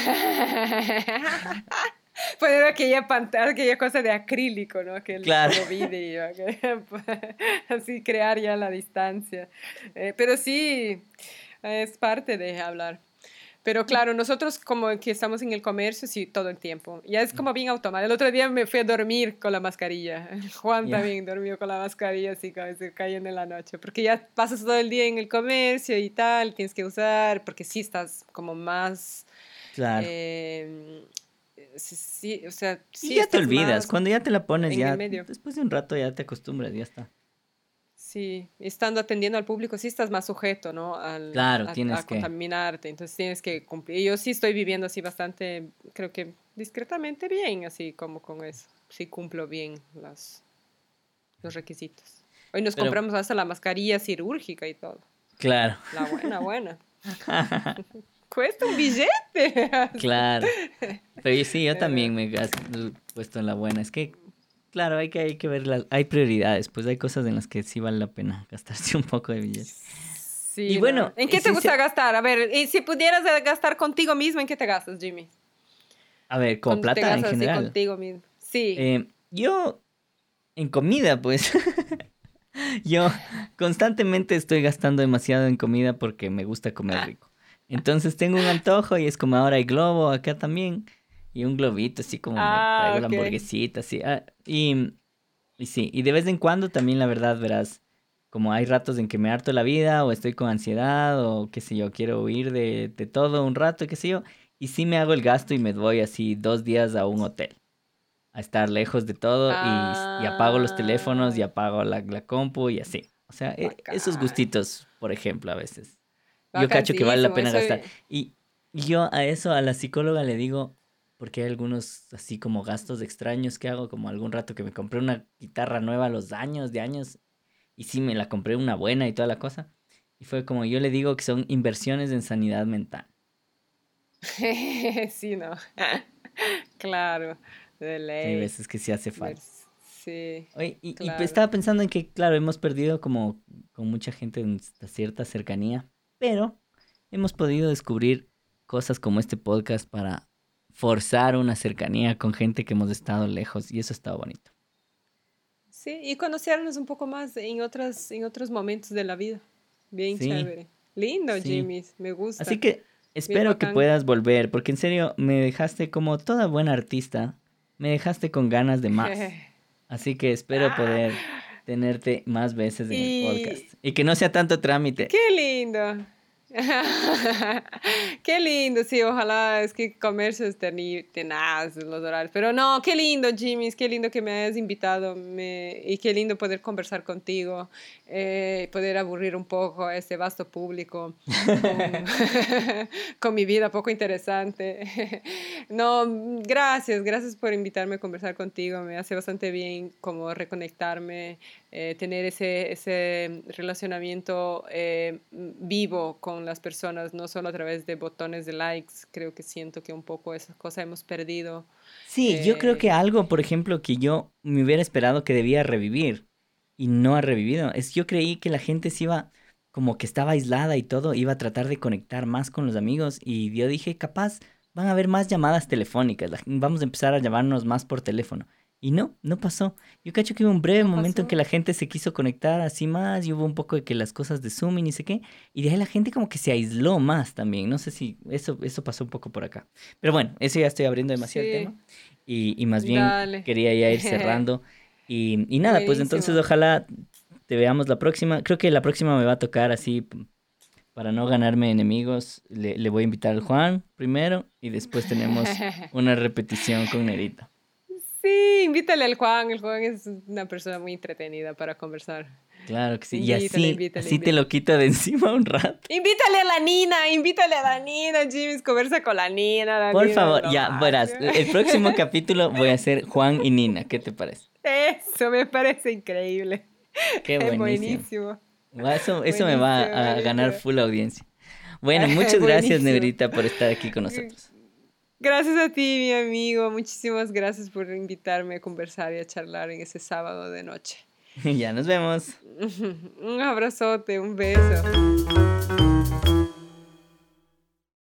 Poner aquella pantalla, aquella cosa de acrílico, ¿no? Aquel Claro. como vídeo, así crear ya la distancia. Pero sí, es parte de hablar. Pero claro, nosotros como que estamos en el comercio, sí, todo el tiempo. Ya es como bien automático. El otro día me fui a dormir con la mascarilla. Juan Ya. también durmió con la mascarilla, así como se cayendo en la noche. Porque ya pasas todo el día en el comercio y tal, tienes que usar, porque sí estás como más Claro. eh, sí, sí, o sea, Y sí ya te estás olvidas. más Cuando ya te la pones, en el ya medio. después de un rato ya te acostumbras, ya está. Sí, estando atendiendo al público, sí estás más sujeto, ¿no? Claro, tienes A que. contaminarte, entonces tienes que cumplir. Yo sí estoy viviendo así bastante, creo que discretamente bien, así como con eso. Sí cumplo bien los requisitos. Hoy nos Pero, compramos hasta la mascarilla quirúrgica y todo. claro. La buena, buena. Cuesta un billete. Claro. Pero sí, yo Pero, también me he puesto en la buena. Es que, claro, hay que ver hay prioridades, pues hay cosas en las que sí vale la pena gastarse un poco de billete. Y sí, ¿no? bueno, ¿En qué te gusta gastar? A ver, y si pudieras gastar contigo mismo, ¿en qué te gastas, Jimmy? a ver, como Cuando te plata en gastas así general. contigo mismo. Sí. Yo, en comida, pues, yo constantemente estoy gastando demasiado en comida porque me gusta comer rico. Entonces tengo un antojo y es como ahora hay globo acá también. Y un globito, así como me Ah, traigo la ok. hamburguesita, así. Y sí, y de vez en cuando también la verdad verás, como hay ratos en que me harto la vida o estoy con ansiedad o qué sé yo, quiero huir de todo un rato, qué sé yo. Y sí me hago el gasto y me voy así 2 días a un hotel a estar lejos de todo y apago los teléfonos y Ah, apago la compu y así. O sea, esos bacán. gustitos, por ejemplo, a veces. Yo cacho que vale la Bacanísimo. pena Eso. gastar. Y yo a eso, a la psicóloga le digo, porque hay algunos así como gastos extraños que hago, como algún rato que me compré una guitarra nueva a los años, de años, y sí me la compré una buena y toda la cosa. Y fue como yo le digo que son inversiones en sanidad mental. Sí, no. Claro. De Que hay ley. veces que sí hace falta. Sí, Oye, y pues claro. estaba pensando en que, claro, hemos perdido como con mucha gente en cierta cercanía, pero hemos podido descubrir cosas como este podcast para forzar una cercanía con gente que hemos estado lejos y eso está bonito. Sí, y conocernos un poco más en otros momentos de la vida. Bien Sí, chévere. Lindo, sí. Jimmy. Me Así gusta. que Bien espero que bacán. puedas volver, porque en serio me dejaste como toda buena artista, me dejaste con ganas de más. Así que espero Ah, poder tenerte más veces en el y podcast y que no sea tanto trámite. qué lindo. Qué lindo, sí, ojalá es que comercio es tenaz en los horarios. Pero no, qué lindo, Jimmy, qué lindo que me hayas invitado y qué lindo poder conversar contigo, poder aburrir un poco a este vasto público con, con mi vida poco interesante. No, gracias, gracias por invitarme a conversar contigo, me hace bastante bien como reconectarme, tener ese relacionamiento vivo con las personas, no solo a través de botones de likes. Creo que siento que un poco esa cosa hemos perdido. Sí, yo creo que Eh, algo, por ejemplo, que yo me hubiera esperado que debía revivir y no ha revivido, es yo creí que la gente se iba, como que estaba aislada y todo, iba a tratar de conectar más con los amigos y yo dije, capaz van a haber más llamadas telefónicas, vamos a empezar a llamarnos más por teléfono. Y no, no pasó. Yo cacho que hubo un breve no momento en que pasó. la gente se quiso conectar así más y hubo un poco de que las cosas de Zoom y ni sé qué, y de ahí la gente como que se aisló más también. No sé si eso pasó un poco por acá. Pero bueno, eso ya estoy abriendo demasiado el Sí, tema y más bien dale. quería ya ir cerrando. Y nada, pues entonces Buenísimo. ojalá te veamos la próxima. Creo que la próxima me va a tocar así, para no ganarme enemigos, le voy a invitar al Juan primero y después tenemos una repetición con Nerito. Sí, invítale al Juan. El Juan es una persona muy entretenida para conversar. Claro que sí. Y Invítale, así, invítale, así te invítale. lo quito de encima un rato. Invítale a la Nina, Jimmy, conversa con la Por Nina es favor, lo ya verás, máximo. el próximo capítulo voy a hacer Juan y Nina. ¿Qué te parece? Eso me parece increíble. Qué buenísimo. Buenísimo, Eso me va buenísimo, a ganar buenísimo. full audiencia. Bueno, muchas gracias, Buenísimo. Negrita, por estar aquí con nosotros. Gracias a ti, mi amigo. Muchísimas gracias por invitarme a conversar y a charlar en ese sábado de noche. Ya nos vemos. Un abrazote, un beso.